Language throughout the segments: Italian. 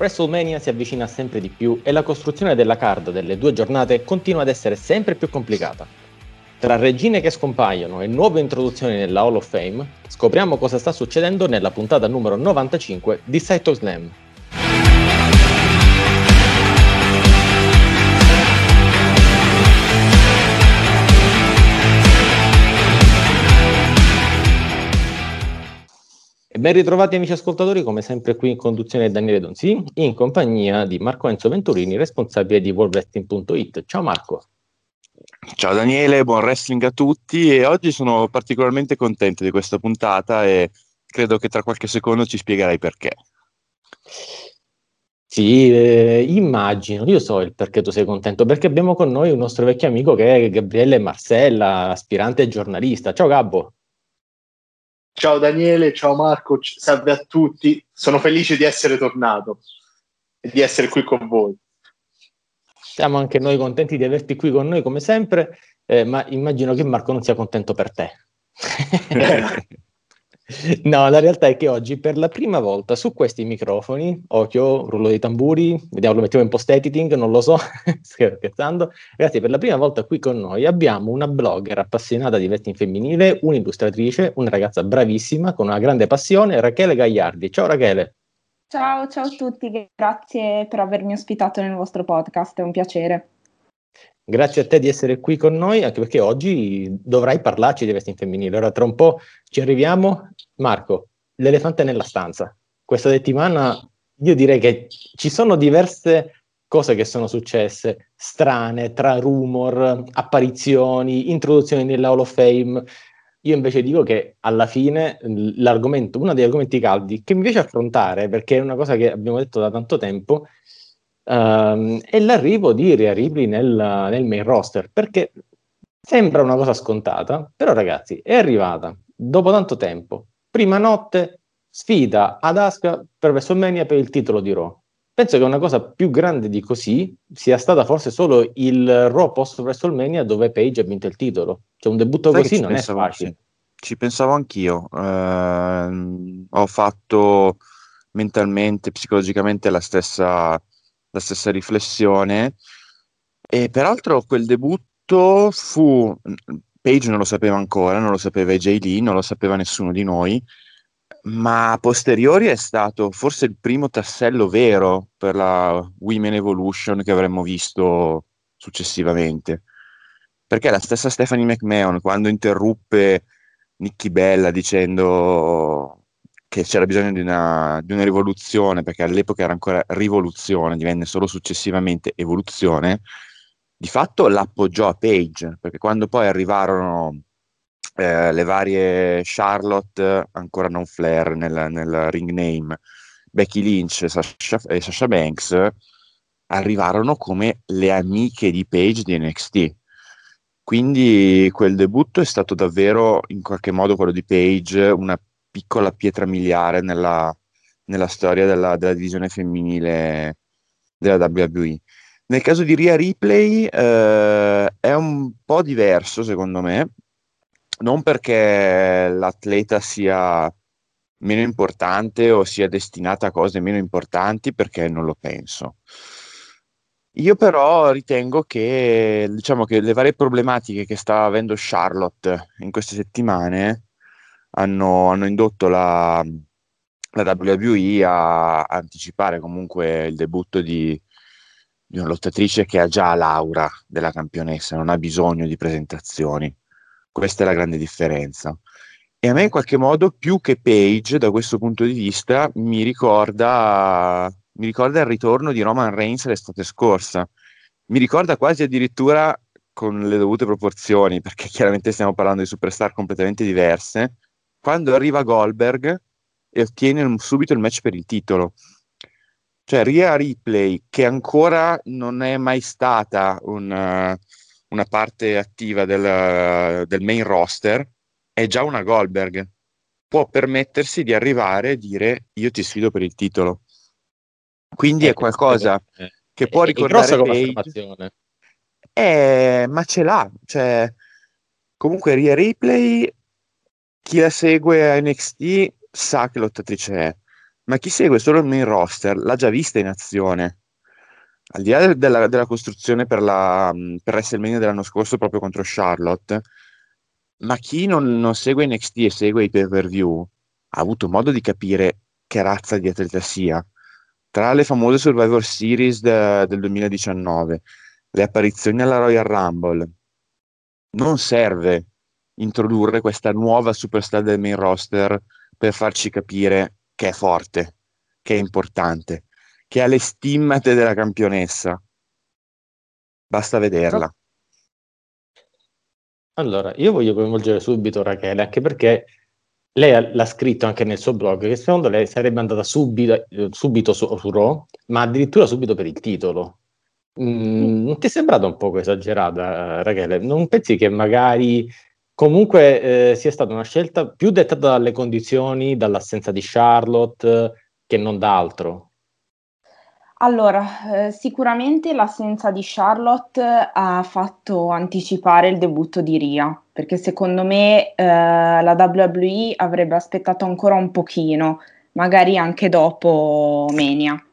WrestleMania si avvicina sempre di più e la costruzione della card delle due giornate continua ad essere sempre più complicata. Tra regine che scompaiono e nuove introduzioni nella Hall of Fame, scopriamo cosa sta succedendo nella puntata numero 95 di Sight of Slam. E ben ritrovati amici ascoltatori, come sempre qui in conduzione Daniele Donzi, in compagnia di Marco Enzo Venturini, responsabile di WorldWrestling.it. Ciao Marco. Ciao Daniele, buon wrestling a tutti e oggi sono particolarmente contento di questa puntata e credo che tra qualche secondo ci spiegherai perché. Sì, immagino, io so il perché tu sei contento, perché abbiamo con noi un nostro vecchio amico che è Gabriele Marcella, aspirante giornalista. Ciao Gabbo. Ciao Daniele, ciao Marco, salve a tutti, sono felice di essere tornato e di essere qui con voi. Siamo anche noi contenti di averti qui con noi come sempre, ma immagino che Marco non sia contento per te. No, la realtà è che oggi per la prima volta su questi microfoni, occhio, rullo dei tamburi, vediamo, lo mettiamo in post-editing, non lo so, scherzando, ragazzi, per la prima volta qui con noi abbiamo una blogger appassionata di wrestling femminile, un'illustratrice, una ragazza bravissima, con una grande passione, Rachele Gagliardi. Ciao Rachele. Ciao a tutti, grazie per avermi ospitato nel vostro podcast, è un piacere. Grazie a te di essere qui con noi, anche perché oggi dovrai parlarci di wrestling femminile. Ora tra un po' ci arriviamo. Marco, l'elefante nella stanza. Questa settimana io direi che ci sono diverse cose che sono successe, strane, tra rumor, apparizioni, introduzioni nella Hall of Fame. Io invece dico che alla fine l'argomento, uno degli argomenti caldi che mi piace affrontare, perché è una cosa che abbiamo detto da tanto tempo, è l'arrivo di Rhea Ripley nel main roster, perché sembra una cosa scontata, però ragazzi è arrivata dopo tanto tempo, prima notte, sfida ad Asuka per WrestleMania per il titolo di Raw. Penso che una cosa più grande di così sia stata forse solo il Raw post WrestleMania dove Paige ha vinto il titolo. Cioè un debutto così non è facile. Ci pensavo anch'io. Ho fatto mentalmente, psicologicamente la stessa riflessione e peraltro quel debutto fu... Paige non lo sapeva ancora, non lo sapeva AJ Lee, non lo sapeva nessuno di noi, ma a posteriori è stato forse il primo tassello vero per la Women Evolution che avremmo visto successivamente. Perché la stessa Stephanie McMahon, quando interruppe Nikki Bella dicendo che c'era bisogno di una rivoluzione, perché all'epoca era ancora rivoluzione, divenne solo successivamente evoluzione, di fatto l'appoggiò a Paige, perché quando poi arrivarono le varie Charlotte, ancora non Flair nel ring name, Becky Lynch e Sasha Banks, arrivarono come le amiche di Paige di NXT. Quindi quel debutto è stato davvero, in qualche modo, quello di Paige, una piccola pietra miliare nella storia della divisione femminile della WWE. Nel caso di Rhea Ripley è un po' diverso, secondo me, non perché l'atleta sia meno importante o sia destinata a cose meno importanti, perché non lo penso. Io però ritengo che, diciamo, che le varie problematiche che sta avendo Charlotte in queste settimane hanno indotto la WWE a anticipare comunque il debutto di una lottatrice che ha già l'aura della campionessa, non ha bisogno di presentazioni. Questa è la grande differenza. E a me in qualche modo, più che Paige, da questo punto di vista, mi ricorda il ritorno di Roman Reigns l'estate scorsa. Mi ricorda quasi addirittura, con le dovute proporzioni, perché chiaramente stiamo parlando di superstar completamente diverse, quando arriva Goldberg e ottiene subito il match per il titolo. Cioè Rhea Ripley, che ancora non è mai stata una parte attiva del main roster, è già una Goldberg. Può permettersi di arrivare e dire io ti sfido per il titolo. Quindi è qualcosa che può ricordare Paige. Ma ce l'ha. Cioè, comunque Rhea Ripley, chi la segue a NXT sa che lottatrice è. ma chi segue solo il main roster l'ha già vista in azione. Al di là della costruzione per WrestleMania dell'anno scorso proprio contro Charlotte, ma chi non segue NXT e segue i pay-per-view ha avuto modo di capire che razza di atleta sia. Tra le famose Survivor Series del 2019, le apparizioni alla Royal Rumble, non serve introdurre questa nuova superstar del main roster per farci capire che è forte, che è importante, che ha le stimmate della campionessa. Basta vederla. Allora, io voglio coinvolgere subito Rachele, anche perché lei l'ha scritto anche nel suo blog che secondo lei sarebbe andata subito su Raw, ma addirittura subito per il titolo. Non ti è sembrata un poco esagerata, Rachele? Non pensi che magari comunque sia stata una scelta più dettata dalle condizioni, dall'assenza di Charlotte, che non da altro? Allora, sicuramente l'assenza di Charlotte ha fatto anticipare il debutto di Rhea, perché secondo me la WWE avrebbe aspettato ancora un pochino, magari anche dopo Mania.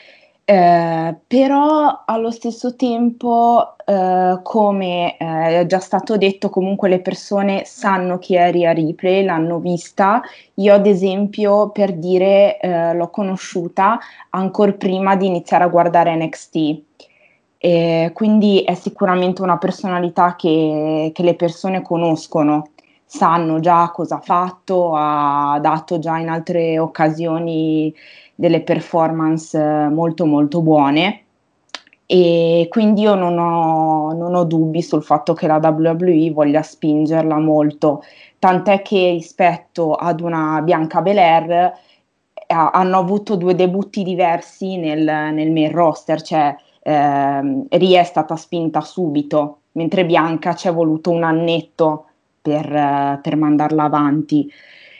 Però allo stesso tempo, come è già stato detto, comunque le persone sanno chi è Rhea Ripley, l'hanno vista. Io, ad esempio, per dire, l'ho conosciuta ancora prima di iniziare a guardare NXT. Quindi è sicuramente una personalità che le persone conoscono, sanno già cosa ha fatto, ha dato già in altre occasioni delle performance molto molto buone, e quindi io non ho dubbi sul fatto che la WWE voglia spingerla molto, tant'è che rispetto ad una Bianca Belair hanno avuto due debutti diversi nel main roster, cioè Rhea è stata spinta subito, mentre Bianca ci è voluto un annetto per mandarla avanti.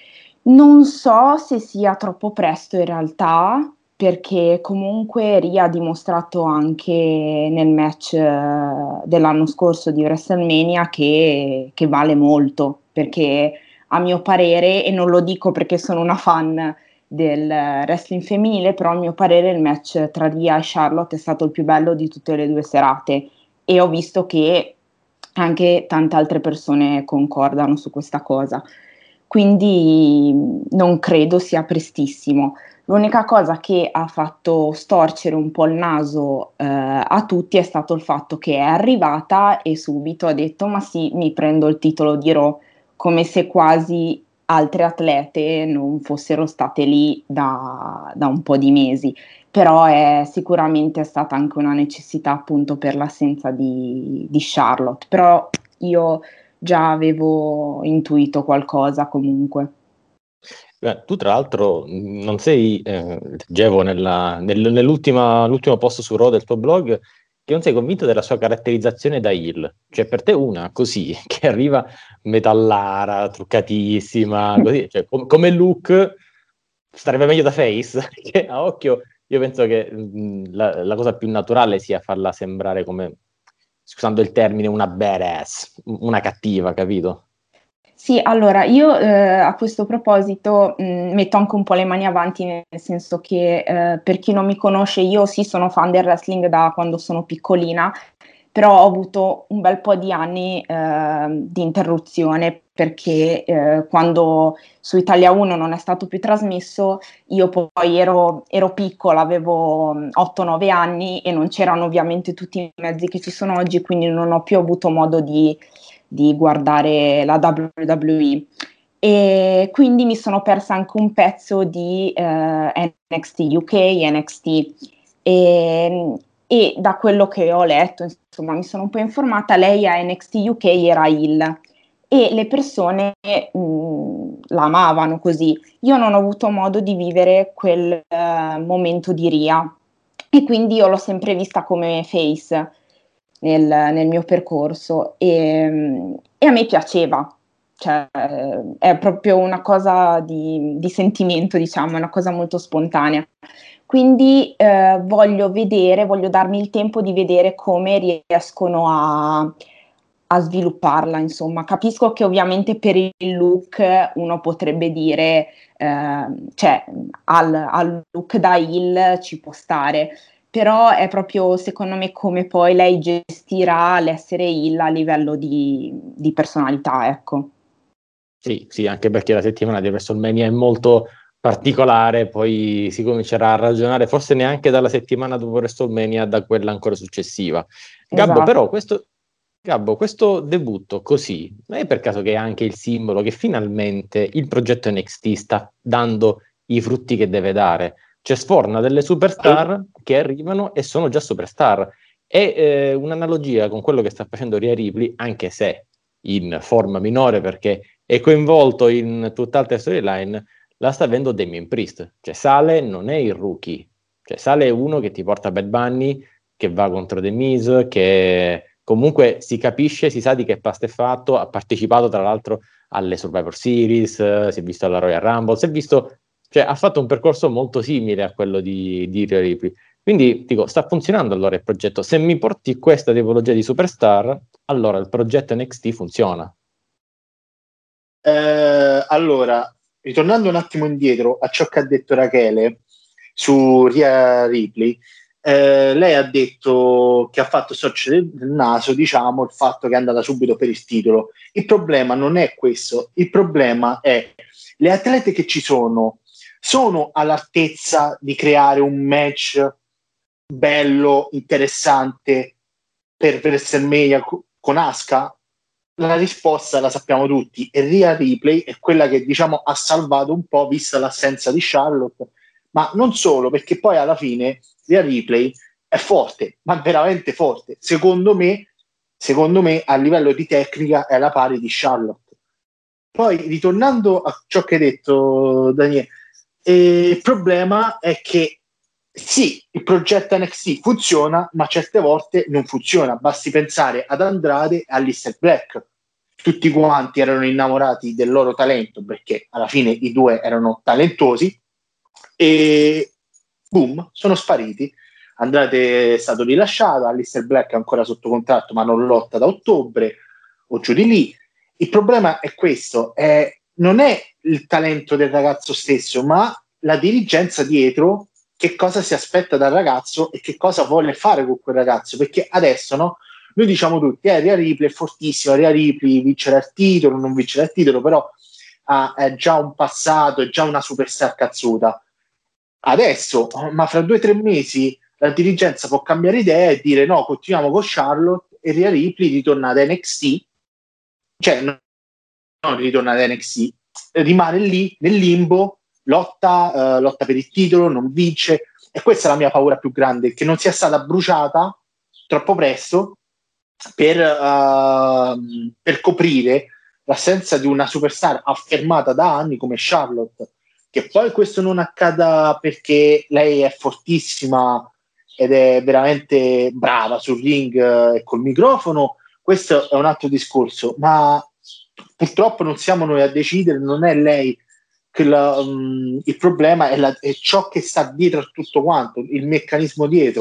Non so se sia troppo presto in realtà, perché comunque Rhea ha dimostrato anche nel match dell'anno scorso di WrestleMania che vale molto, perché a mio parere, e non lo dico perché sono una fan del wrestling femminile, però a mio parere il match tra Rhea e Charlotte è stato il più bello di tutte le due serate, e ho visto che anche tante altre persone concordano su questa cosa. Quindi non credo sia prestissimo. L'unica cosa che ha fatto storcere un po' il naso a tutti è stato il fatto che è arrivata e subito ha detto: ma sì, mi prendo il titolo di Raw, come se quasi altre atlete non fossero state lì da un po' di mesi. Però è sicuramente stata anche una necessità, appunto, per l'assenza di Charlotte. Però io già avevo intuito qualcosa comunque. Beh, tu tra l'altro non sei, leggevo l'ultimo post su Raw del tuo blog, che non sei convinto della sua caratterizzazione da heel. Cioè per te una così, che arriva metallara, truccatissima, così, cioè, come look starebbe meglio da face, che a occhio io penso che la cosa più naturale sia farla sembrare come, scusando il termine, una badass, una cattiva, capito? Sì, allora io a questo proposito metto anche un po' le mani avanti, nel senso che per chi non mi conosce, io sì sono fan del wrestling da quando sono piccolina, però ho avuto un bel po' di anni di interruzione, perché quando su Italia 1 non è stato più trasmesso, io poi ero piccola, avevo 8-9 anni e non c'erano ovviamente tutti i mezzi che ci sono oggi, quindi non ho più avuto modo di guardare la WWE, e quindi mi sono persa anche un pezzo di NXT UK, NXT, e, e da quello che ho letto, insomma, mi sono un po' informata, lei a NXT UK era heel e le persone la amavano così. Io non ho avuto modo di vivere quel momento di Ria, e quindi io l'ho sempre vista come face nel mio percorso, e a me piaceva, cioè è proprio una cosa di sentimento, diciamo, è una cosa molto spontanea. Quindi voglio darmi il tempo di vedere come riescono a svilupparla, insomma. Capisco che ovviamente per il look uno potrebbe dire, cioè al look da heel ci può stare, però è proprio secondo me come poi lei gestirà l'essere heel a livello di personalità, ecco. Sì, sì, anche perché la settimana di WrestleMania è molto particolare, poi si comincerà a ragionare forse neanche dalla settimana dopo WrestleMania, da quella ancora successiva. Gabbo, Esatto. però, questo debutto così, non è per caso che è anche il simbolo che finalmente il progetto NXT sta dando i frutti che deve dare? Cioè sforna delle superstar che arrivano e sono già superstar. È un'analogia con quello che sta facendo Rhea Ripley, anche se in forma minore, perché è coinvolto in tutt'altre storyline, la sta avendo Damien Priest. Cioè Sale non è il rookie, cioè Sale è uno che ti porta Bad Bunny, che va contro The Miz, che comunque si capisce, si sa di che pasta è fatto, ha partecipato tra l'altro alle Survivor Series, si è visto alla Royal Rumble, si è visto, cioè ha fatto un percorso molto simile a quello di Rhea Ripley. Quindi dico, sta funzionando allora il progetto. Se mi porti questa tipologia di superstar, allora il progetto NXT funziona. Allora, ritornando un attimo indietro a ciò che ha detto Rachele su Rhea Ripley, lei ha detto che ha fatto storcere del naso, diciamo, il fatto che è andata subito per il titolo. Il problema non è questo, il problema è le atlete che ci sono all'altezza di creare un match bello, interessante per WrestleMania con Asuka? La risposta la sappiamo tutti, e Rhea Ripley è quella che diciamo ha salvato un po' vista l'assenza di Charlotte, ma non solo, perché poi alla fine Rhea Ripley è forte, ma veramente forte. Secondo me a livello di tecnica è alla pari di Charlotte. Poi ritornando a ciò che hai detto Daniele, il problema è che sì, il progetto NXT funziona, ma certe volte non funziona. Basti pensare ad Andrade e a Aleister Black. Tutti quanti erano innamorati del loro talento, perché alla fine i due erano talentosi, e boom, sono spariti. Andrade è stato rilasciato, Aleister Black è ancora sotto contratto, ma non lotta da ottobre o giù di lì. Il problema è questo, non è il talento del ragazzo stesso, ma la dirigenza dietro che cosa si aspetta dal ragazzo e che cosa vuole fare con quel ragazzo, perché adesso no, noi diciamo tutti, Rhea Ripley è fortissima, Rhea Ripley vincerà il titolo, non vincerà il titolo, però è già un passato, è già una superstar cazzuta. Adesso, ma fra 2 o 3 mesi la dirigenza può cambiare idea e dire no, continuiamo con Charlotte e Rhea Ripley ritorna ad NXT, cioè non ritorna ad NXT, rimane lì nel limbo, lotta per il titolo, non vince, e questa è la mia paura più grande, che non sia stata bruciata troppo presto per coprire l'assenza di una superstar affermata da anni come Charlotte. Che poi questo non accada perché lei è fortissima ed è veramente brava sul ring e col microfono, questo è un altro discorso, ma purtroppo non siamo noi a decidere, non è lei che il problema è ciò che sta dietro a tutto quanto, il meccanismo dietro.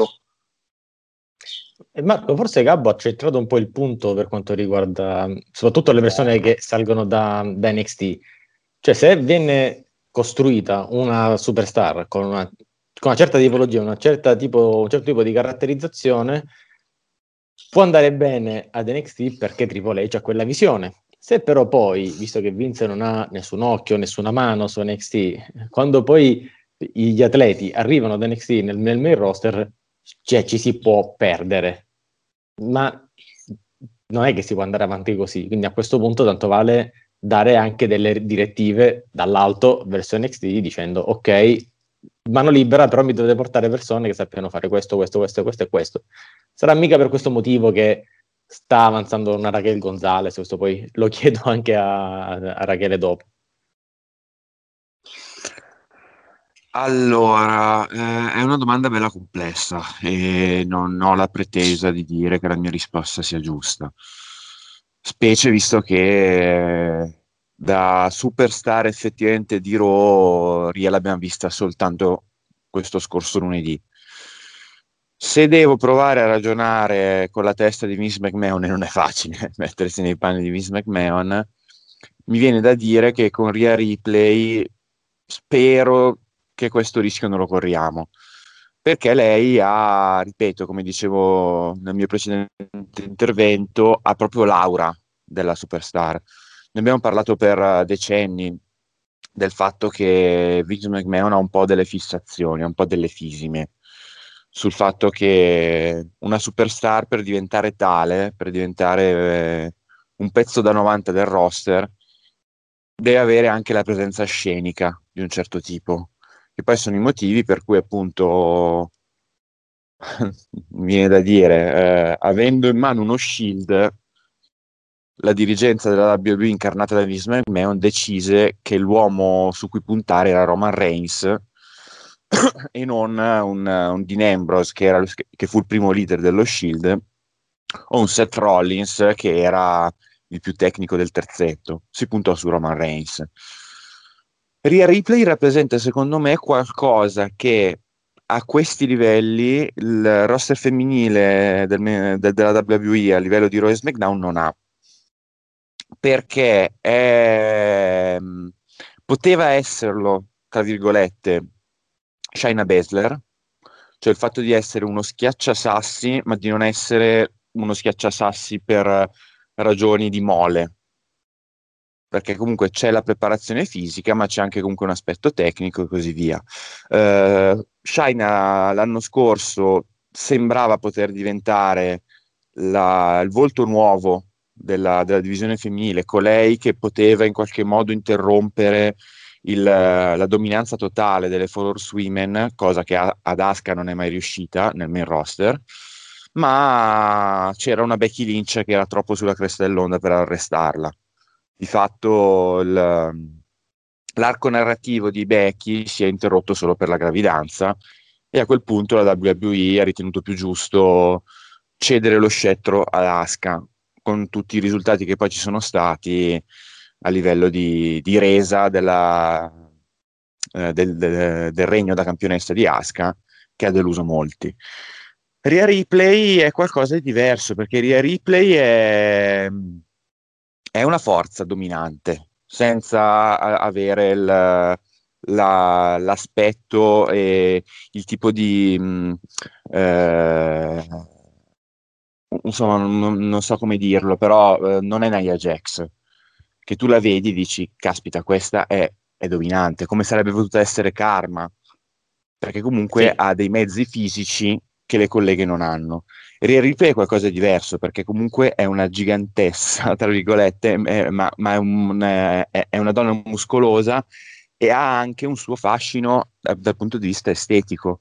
E Marco, forse Gabbo ha centrato un po' il punto per quanto riguarda soprattutto le persone che salgono da NXT. Cioè, se viene costruita una superstar con una certa tipologia, un certo tipo di caratterizzazione, può andare bene ad NXT perché Triple H ha quella visione. Se però poi, visto che Vince non ha nessun occhio, nessuna mano su NXT, quando poi gli atleti arrivano ad NXT nel main roster, cioè, ci si può perdere. Ma non è che si può andare avanti così, quindi a questo punto tanto vale dare anche delle direttive dall'alto verso NXT dicendo ok, mano libera, però mi dovete portare persone che sappiano fare questo, questo, questo, questo e questo. Sarà mica per questo motivo che sta avanzando una Raquel Gonzalez, questo poi lo chiedo anche a Rachele dopo. Allora, è una domanda bella complessa e non ho la pretesa di dire che la mia risposta sia giusta, specie visto che da superstar effettivamente di Raw Ria l'abbiamo vista soltanto questo scorso lunedì. Se devo provare a ragionare con la testa di Vince McMahon, e non è facile mettersi nei panni di Vince McMahon, mi viene da dire che con Rhea Ripley spero che questo rischio non lo corriamo, perché lei ha, ripeto, come dicevo nel mio precedente intervento, ha proprio l'aura della superstar. Ne abbiamo parlato per decenni del fatto che Vince McMahon ha un po' delle fissazioni, ha un po' delle fisime sul fatto che una superstar per diventare tale, per diventare un pezzo da 90 del roster, deve avere anche la presenza scenica di un certo tipo, che poi sono i motivi per cui appunto mi viene da dire, avendo in mano uno shield, la dirigenza della WWE incarnata da Vince McMahon decise che l'uomo su cui puntare era Roman Reigns e non un Dean Ambrose che fu il primo leader dello Shield o un Seth Rollins che era il più tecnico del terzetto. Si puntò su Roman Reigns. Rhea Ripley rappresenta secondo me qualcosa che a questi livelli il roster femminile della WWE a livello di Raw e SmackDown non ha, perché poteva esserlo, tra virgolette, Shayna Baszler, cioè il fatto di essere uno schiacciasassi, ma di non essere uno schiacciasassi per ragioni di mole, perché comunque c'è la preparazione fisica, ma c'è anche comunque un aspetto tecnico e così via. Shayna l'anno scorso sembrava poter diventare il volto nuovo della divisione femminile, colei che poteva in qualche modo interrompere la dominanza totale delle Four Horsewomen, cosa che ad Asuka non è mai riuscita nel main roster, ma c'era una Becky Lynch che era troppo sulla cresta dell'onda per arrestarla. Di fatto l'arco narrativo di Becky si è interrotto solo per la gravidanza e a quel punto la WWE ha ritenuto più giusto cedere lo scettro ad Asuka, con tutti i risultati che poi ci sono stati a livello di resa del regno da campionessa di Asuka, che ha deluso molti. Rhea Ripley è qualcosa di diverso, perché Rhea Ripley è una forza dominante, senza avere l'aspetto e il tipo di eh, insomma, non so come dirlo, però non è Nia Jax, che tu la vedi e dici, caspita, questa è dominante, come sarebbe potuta essere Karma, perché comunque Sì, ha dei mezzi fisici che le colleghe non hanno. Rhea Ripley è qualcosa di diverso, perché comunque è una gigantessa, tra virgolette, ma è una donna muscolosa e ha anche un suo fascino dal punto di vista estetico.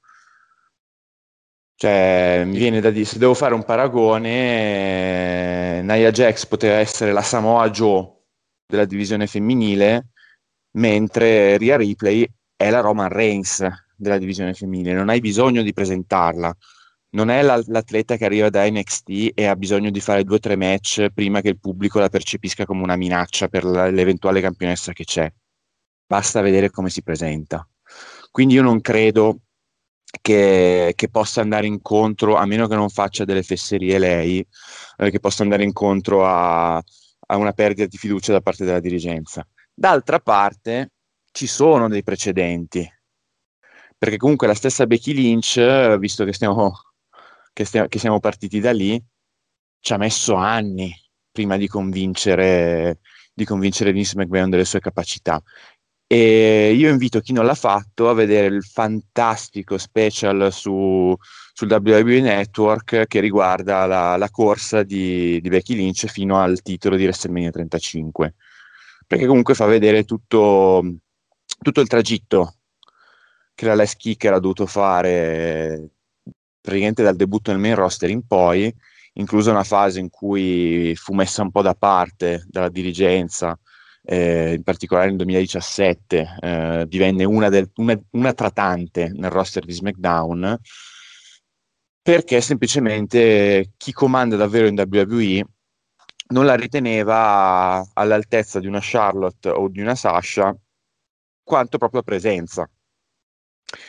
Cioè, mi sì. viene da dire, se devo fare un paragone, Nia Jax poteva essere la Samoa Joe della divisione femminile, mentre Rhea Ripley è la Roman Reigns della divisione femminile. Non hai bisogno di presentarla. Non è l'atleta che arriva da NXT e ha bisogno di fare 2 o 3 match prima che il pubblico la percepisca come una minaccia per l'eventuale campionessa che c'è. Basta vedere come si presenta. Quindi io non credo che possa andare incontro, a meno che non faccia delle fesserie lei, che possa andare incontro a una perdita di fiducia da parte della dirigenza. D'altra parte ci sono dei precedenti, perché comunque la stessa Becky Lynch, visto che siamo partiti da lì, ci ha messo anni prima di convincere Vince McMahon delle sue capacità. E io invito chi non l'ha fatto a vedere il fantastico special sul WWE Network che riguarda la corsa di Becky Lynch fino al titolo di WrestleMania 35, perché comunque fa vedere tutto il tragitto che la Les Kicker ha dovuto fare praticamente dal debutto nel main roster in poi, inclusa una fase in cui fu messa un po' da parte dalla dirigenza, in particolare nel 2017, divenne una tra tante nel roster di SmackDown, perché semplicemente chi comanda davvero in WWE non la riteneva all'altezza di una Charlotte o di una Sasha, quanto proprio a presenza.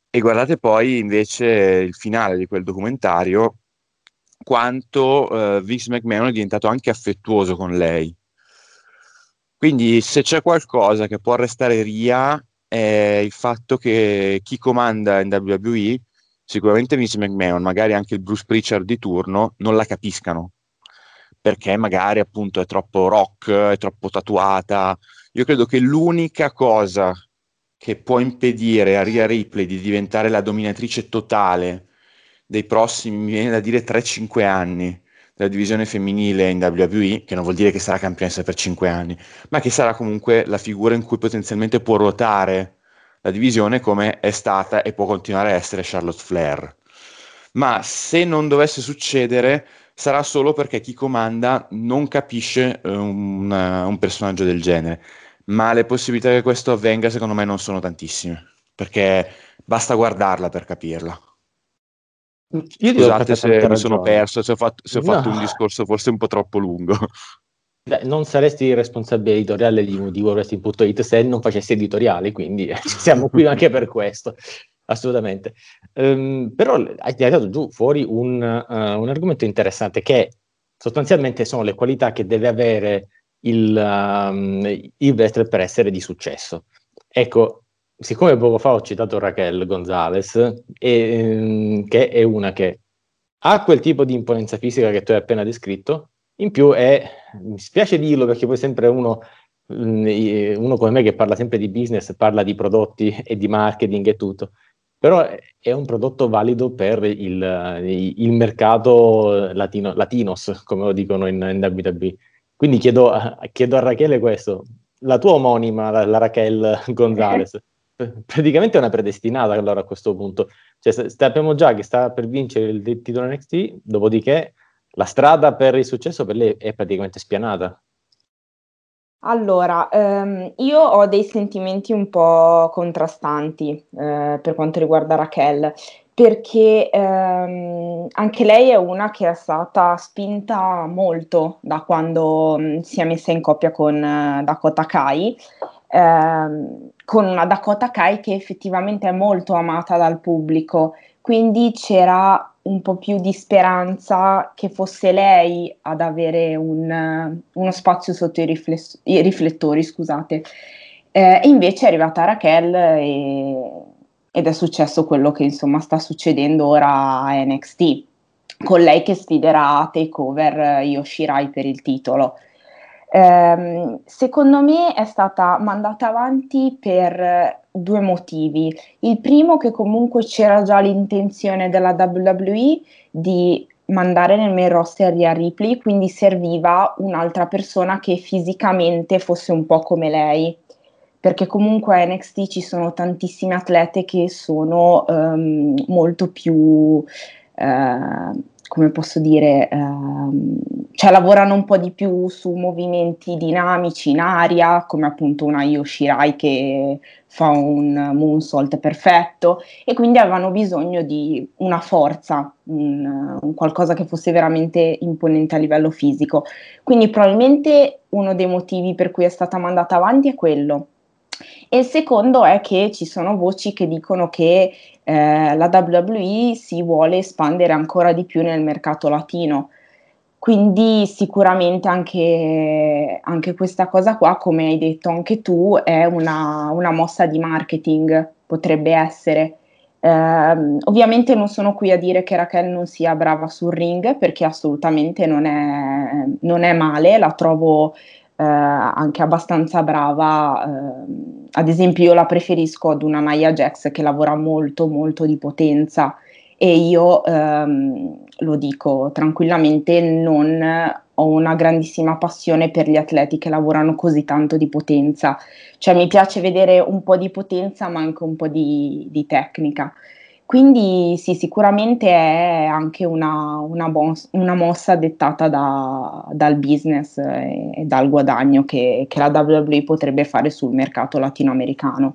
E guardate poi invece il finale di quel documentario, quanto Vince McMahon è diventato anche affettuoso con lei. Quindi se c'è qualcosa che può arrestare Rhea è il fatto che chi comanda in WWE, sicuramente Vince McMahon, magari anche il Bruce Pritchard di turno, non la capiscano, perché magari appunto è troppo rock, è troppo tatuata. Io credo che l'unica cosa che può impedire a Rhea Ripley di diventare la dominatrice totale dei prossimi, mi viene da dire 3-5 anni, della divisione femminile in WWE, che non vuol dire che sarà campionessa per 5 anni, ma che sarà comunque la figura in cui potenzialmente può ruotare la divisione, come è stata e può continuare a essere Charlotte Flair. Ma se non dovesse succedere, sarà solo perché chi comanda non capisce un personaggio del genere. Ma le possibilità che questo avvenga, secondo me, non sono tantissime, perché basta guardarla per capirla. Io ti do Scusate se perfettamente mi sono ragione. perso, se ho No, fatto un discorso forse un po' troppo lungo. beh, non saresti il responsabile editoriale di WrestleMania.it se non facessi editoriali, quindi siamo qui anche per questo, assolutamente. Però hai tirato giù fuori un argomento interessante, che sostanzialmente sono le qualità che deve avere il wrestler per essere di successo. Ecco, siccome poco fa ho citato Raquel Gonzalez, che è una che ha quel tipo di imponenza fisica che tu hai appena descritto, in più mi spiace dirlo perché poi sempre uno come me che parla sempre di business, parla di prodotti e di marketing e tutto, però è un prodotto valido per il mercato latinos, come lo dicono in WWE. Quindi chiedo a Rachele questo, la tua omonima, la Raquel Gonzalez, praticamente è una predestinata allora a questo punto. Cioè, sappiamo già che sta per vincere il titolo NXT, dopodiché la strada per il successo per lei è praticamente spianata. Allora, io ho dei sentimenti un po' contrastanti per quanto riguarda Raquel, perché anche lei è una che è stata spinta molto da quando si è messa in coppia con Dakota Kai, con una Dakota Kai che effettivamente è molto amata dal pubblico, quindi c'era un po' più di speranza che fosse lei ad avere uno spazio sotto i riflettori, scusate. E invece è arrivata Raquel ed è successo quello che insomma sta succedendo ora a NXT, con lei che sfiderà Takeover Io Shirai per il titolo. Secondo me è stata mandata avanti per due motivi. Il primo, che comunque c'era già l'intenzione della WWE di mandare nel main roster Rhea Ripley, quindi serviva un'altra persona che fisicamente fosse un po' come lei, perché comunque a NXT ci sono tantissime atlete che sono molto più, come posso dire, cioè lavorano un po' di più su movimenti dinamici in aria, come appunto una Io Shirai che fa un moonsault perfetto, e quindi avevano bisogno di una forza, un qualcosa che fosse veramente imponente a livello fisico. Quindi probabilmente uno dei motivi per cui è stata mandata avanti è quello. E il secondo è che ci sono voci che dicono che la WWE si vuole espandere ancora di più nel mercato latino. Quindi sicuramente anche questa cosa qua, come hai detto anche tu, è una mossa di marketing, potrebbe essere. Ovviamente non sono qui a dire che Raquel non sia brava sul ring, perché assolutamente non è male, la trovo anche abbastanza brava. Ad esempio, io la preferisco ad una Nia Jax che lavora molto, molto di potenza, e io lo dico tranquillamente, non ho una grandissima passione per gli atleti che lavorano così tanto di potenza. Cioè mi piace vedere un po' di potenza ma anche un po' di tecnica. Quindi sì, sicuramente è anche una mossa dettata dal business e dal guadagno che la WWE potrebbe fare sul mercato latinoamericano.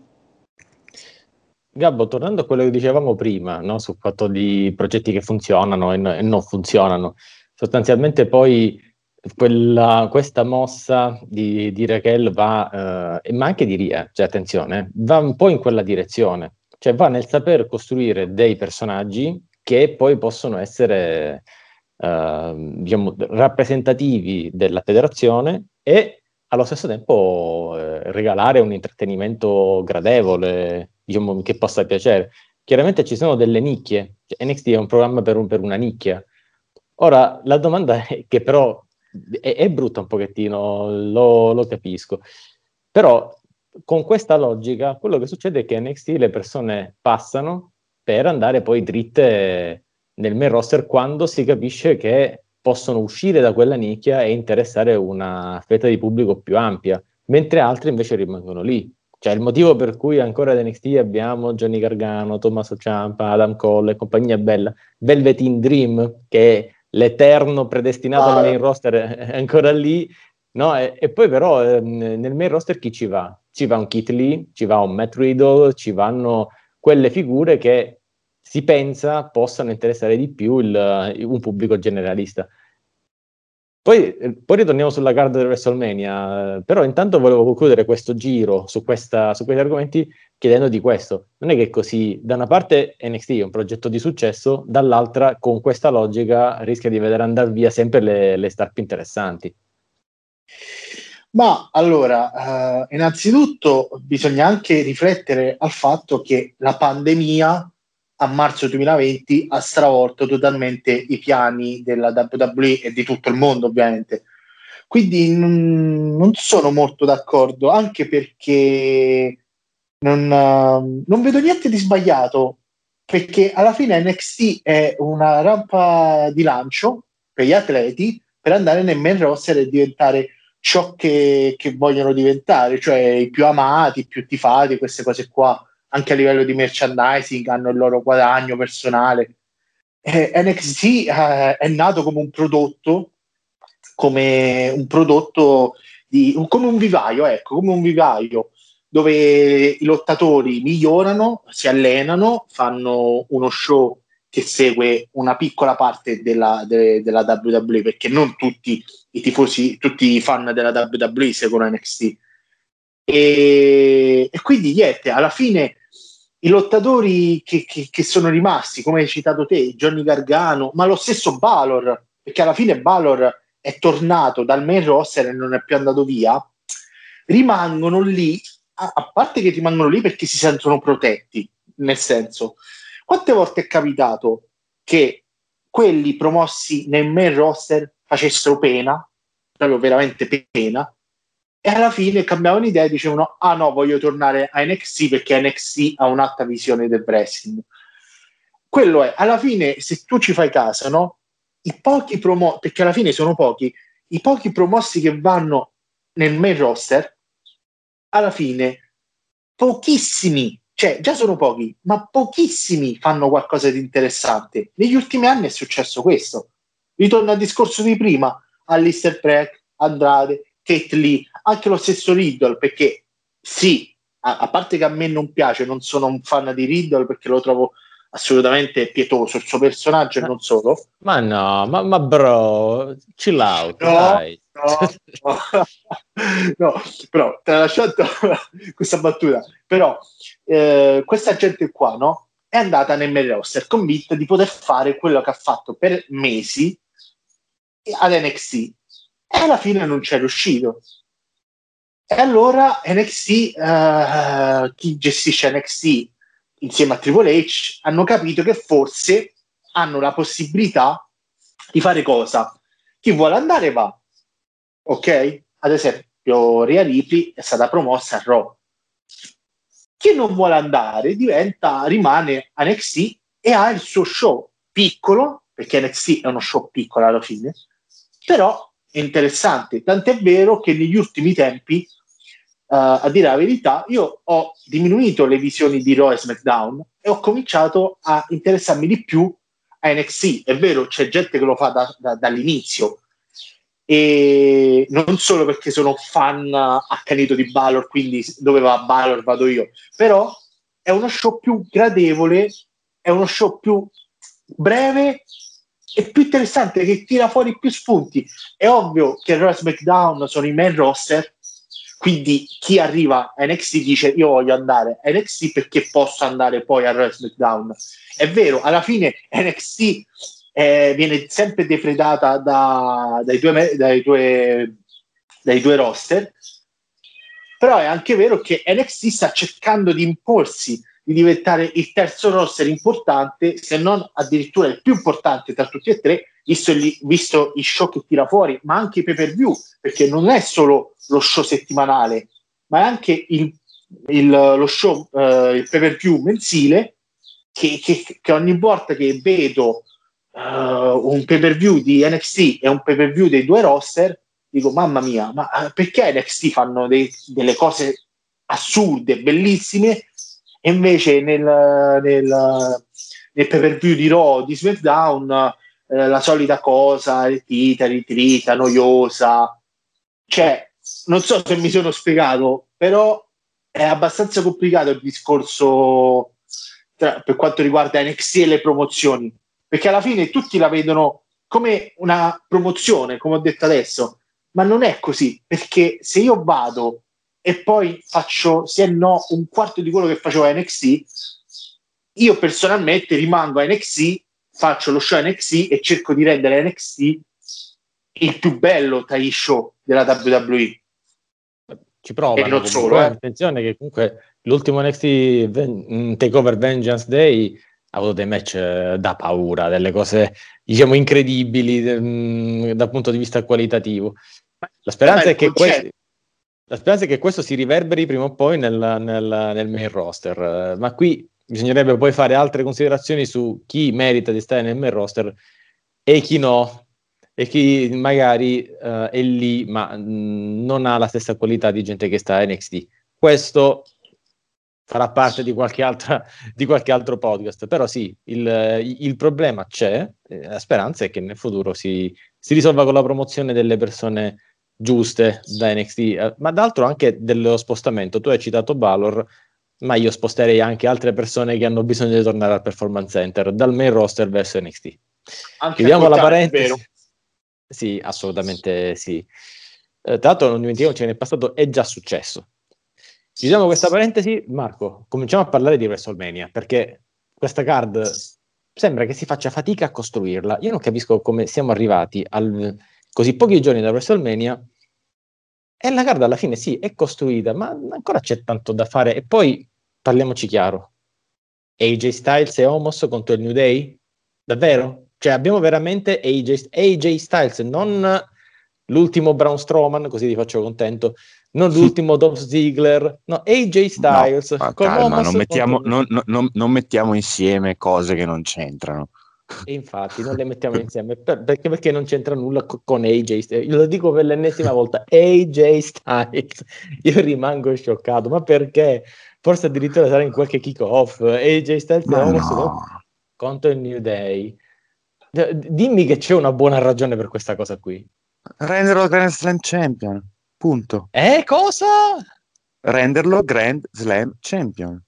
Gabbo, tornando a quello che dicevamo prima, no, sul fatto di progetti che funzionano e non funzionano, sostanzialmente poi questa mossa di Raquel va, ma anche di Ria, cioè attenzione, va un po' in quella direzione. cioè va nel saper costruire dei personaggi che poi possono essere diciamo, rappresentativi della federazione e allo stesso tempo regalare un intrattenimento gradevole, diciamo, che possa piacere. Chiaramente ci sono delle nicchie, cioè, NXT è un programma per una nicchia. Ora, la domanda è che però è brutta un pochettino, lo capisco, però con questa logica quello che succede è che NXT le persone passano per andare poi dritte nel main roster quando si capisce che possono uscire da quella nicchia e interessare una fetta di pubblico più ampia, mentre altri invece rimangono lì. Cioè il motivo per cui ancora ad NXT abbiamo Johnny Gargano, Tommaso Ciampa, Adam Cole e compagnia bella, Velveteen Dream, che è l'eterno predestinato al main roster, è ancora lì, no? E poi però nel main roster chi ci va? Ci va un Keith Lee, ci va un Matt Riddle, ci vanno quelle figure che si pensa possano interessare di più un pubblico generalista. Poi ritorniamo sulla card del WrestleMania, però intanto volevo concludere questo giro su questi argomenti chiedendo di questo. Non è che così, da una parte NXT è un progetto di successo, dall'altra con questa logica rischia di vedere andare via sempre le star più interessanti. Ma allora, innanzitutto bisogna anche riflettere al fatto che la pandemia a marzo 2020 ha stravolto totalmente i piani della WWE e di tutto il mondo, ovviamente. Quindi non sono molto d'accordo, anche perché non vedo niente di sbagliato, perché alla fine NXT è una rampa di lancio per gli atleti per andare nel main roster e diventare ciò che vogliono diventare, cioè i più amati, i più tifati, queste cose qua. Anche a livello di merchandising hanno il loro guadagno personale. NXT è nato come un prodotto, come un vivaio, ecco, come un vivaio dove i lottatori migliorano, si allenano, fanno uno show che segue una piccola parte della WWE, perché non tutti i tifosi, tutti i fan della WWE seguono NXT. E quindi niente, alla fine i lottatori che sono rimasti, come hai citato te, Johnny Gargano, ma lo stesso Balor, perché alla fine Balor è tornato dal main roster e non è più andato via, rimangono lì, a parte che rimangono lì perché si sentono protetti, nel senso, quante volte è capitato che quelli promossi nel main roster facessero pena, proprio veramente pena, e alla fine cambiavano idea e dicevano ah no, voglio tornare a NXT perché NXT ha un'alta visione del wrestling. Quello è, alla fine, se tu ci fai caso, no? I pochi perché alla fine sono pochi, i pochi promossi che vanno nel main roster, alla fine pochissimi, cioè già sono pochi, ma pochissimi fanno qualcosa di interessante. Negli ultimi anni è successo questo. Ritorno al discorso di prima, Aleister Black, Andrade, Kate Lee, anche lo stesso Riddle, perché sì, a parte che a me non piace, non sono un fan di Riddle perché lo trovo assolutamente pietoso il suo personaggio e non solo. Ma no, ma bro, chill out, No, dai. no, però te la lasciato questa battuta, però questa gente qua, no, è andata nel main roster convinta di poter fare quello che ha fatto per mesi ad NXT e alla fine non c'è riuscito. E allora NXT, chi gestisce NXT insieme a Triple H hanno capito che forse hanno la possibilità di fare cosa? Chi vuole andare va, ok? Ad esempio Rhea Ripley è stata promossa a Raw. Chi non vuole andare rimane a NXT e ha il suo show piccolo, perché NXT è uno show piccolo alla fine, però è interessante, tant'è vero che negli ultimi tempi, a dire la verità, io ho diminuito le visioni di Raw e SmackDown e ho cominciato a interessarmi di più a NXT. È vero, c'è gente che lo fa dall'inizio, e non solo perché sono fan accanito di Balor, quindi dove va Balor vado io, però è uno show più gradevole, è uno show più breve e più interessante, che tira fuori più spunti. È ovvio che Raw e SmackDown sono i main roster, quindi chi arriva a NXT dice io voglio andare a NXT perché posso andare poi a Raw SmackDown. È vero, alla fine NXT viene sempre depredata dai due roster, però è anche vero che NXT sta cercando di imporsi, di diventare il terzo roster importante, se non addirittura il più importante tra tutti e tre, visto i show che tira fuori, ma anche i pay-per-view, perché non è solo lo show settimanale, ma è anche lo show, il pay-per-view mensile, che ogni volta che vedo un pay-per-view di NXT e un pay-per-view dei due roster, dico mamma mia, ma perché NXT fanno delle cose assurde, bellissime, e invece nel pay-per-view di Raw, di SmackDown, la solita cosa, ritrita, noiosa. Cioè, non so se mi sono spiegato, però è abbastanza complicato il discorso per quanto riguarda NXT e le promozioni, perché alla fine tutti la vedono come una promozione, come ho detto adesso, ma non è così, perché se io vado e poi faccio, se no, un quarto di quello che facevo a NXT, io personalmente rimango a NXT, faccio lo show NXT e cerco di rendere NXT il più bello tra gli show della WWE. Ci provano e non comunque. solo, Attenzione che comunque l'ultimo NXT Takeover Vengeance Day ha avuto dei match da paura, delle cose diciamo incredibili dal punto di vista qualitativo. La speranza è che questo si riverberi prima o poi nel main roster, ma qui bisognerebbe poi fare altre considerazioni su chi merita di stare nel main roster e chi no, e chi magari è lì ma non ha la stessa qualità di gente che sta a NXT. Questo farà parte di qualche altro podcast, però sì, il problema c'è, la speranza è che nel futuro si risolva con la promozione delle persone giuste da NXT, ma d'altro anche dello spostamento. Tu hai citato Balor, ma io sposterei anche altre persone che hanno bisogno di tornare al Performance Center, dal main roster verso NXT. anche Chiudiamo la importante, parentesi. vero? Sì, assolutamente sì. Tra l'altro non dimentichiamoci che nel passato è già successo. Chiudiamo questa parentesi, Marco, cominciamo a parlare di WrestleMania, perché questa card sembra che si faccia fatica a costruirla. Io non capisco come siamo arrivati così pochi giorni da WrestleMania e la card alla fine sì, è costruita, ma ancora c'è tanto da fare. E poi, parliamoci chiaro, AJ Styles e Omos contro il New Day? Davvero? Cioè abbiamo veramente AJ Styles, non l'ultimo Braun Strowman, così ti faccio contento, non l'ultimo Dolph Ziggler, no, AJ Styles No, con calma, Omos non mettiamo insieme cose che non c'entrano. E infatti non le mettiamo insieme perché non c'entra nulla con AJ Styles. Io lo dico per l'ennesima volta, AJ Styles. Io rimango scioccato, ma perché? Forse addirittura sarà in qualche kick-off. AJ Styles e Ma Omos no, contro il New Day. Dimmi che c'è una buona ragione per questa cosa qui. renderlo Grand Slam Champion, punto. Cosa? Renderlo Grand Slam Champion.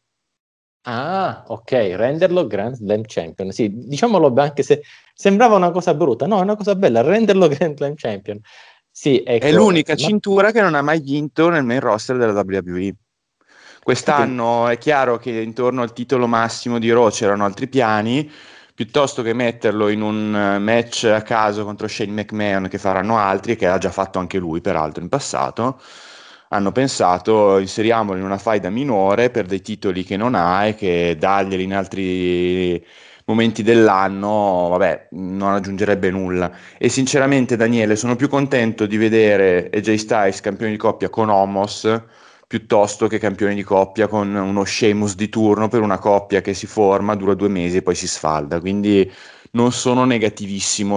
Ah, ok, renderlo Grand Slam Champion. Sì, diciamolo anche se sembrava una cosa brutta. No, è una cosa bella, renderlo Grand Slam Champion. Sì, È ecco. l'unica cintura che non ha mai vinto nel main roster della WWE. Quest'anno è chiaro che intorno al titolo massimo di Raw c'erano altri piani, piuttosto che metterlo in un match a caso contro Shane McMahon, che faranno altri, e che ha già fatto anche lui peraltro in passato, hanno pensato inseriamolo in una faida minore per dei titoli che non ha e che darglieli in altri momenti dell'anno, vabbè, non aggiungerebbe nulla. E sinceramente, Daniele, sono più contento di vedere AJ Styles campione di coppia con Omos piuttosto che campione di coppia con uno Sheamus di turno per una coppia che si forma, dura 2 mesi e poi si sfalda. Quindi non sono negativissimo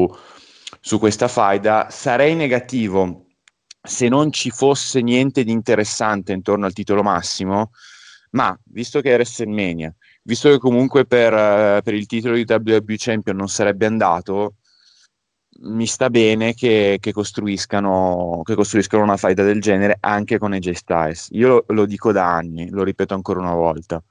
su questa faida. Sarei negativo se non ci fosse niente di interessante intorno al titolo massimo, ma visto che è WrestleMania, visto che comunque per il titolo di WWE Champion non sarebbe andato, mi sta bene che costruiscano una faida del genere anche con AJ Styles. Io lo dico da anni, lo ripeto ancora una volta.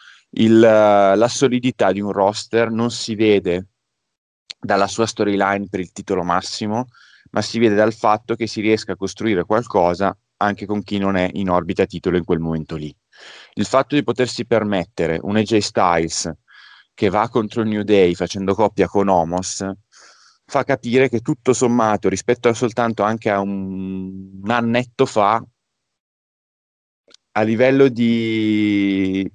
La solidità di un roster non si vede dalla sua storyline per il titolo massimo, ma si vede dal fatto che si riesca a costruire qualcosa anche con chi non è in orbita titolo in quel momento lì. Il fatto di potersi permettere un AJ Styles che va contro il New Day facendo coppia con Omos fa capire che tutto sommato, rispetto a soltanto anche a un annetto fa, a livello di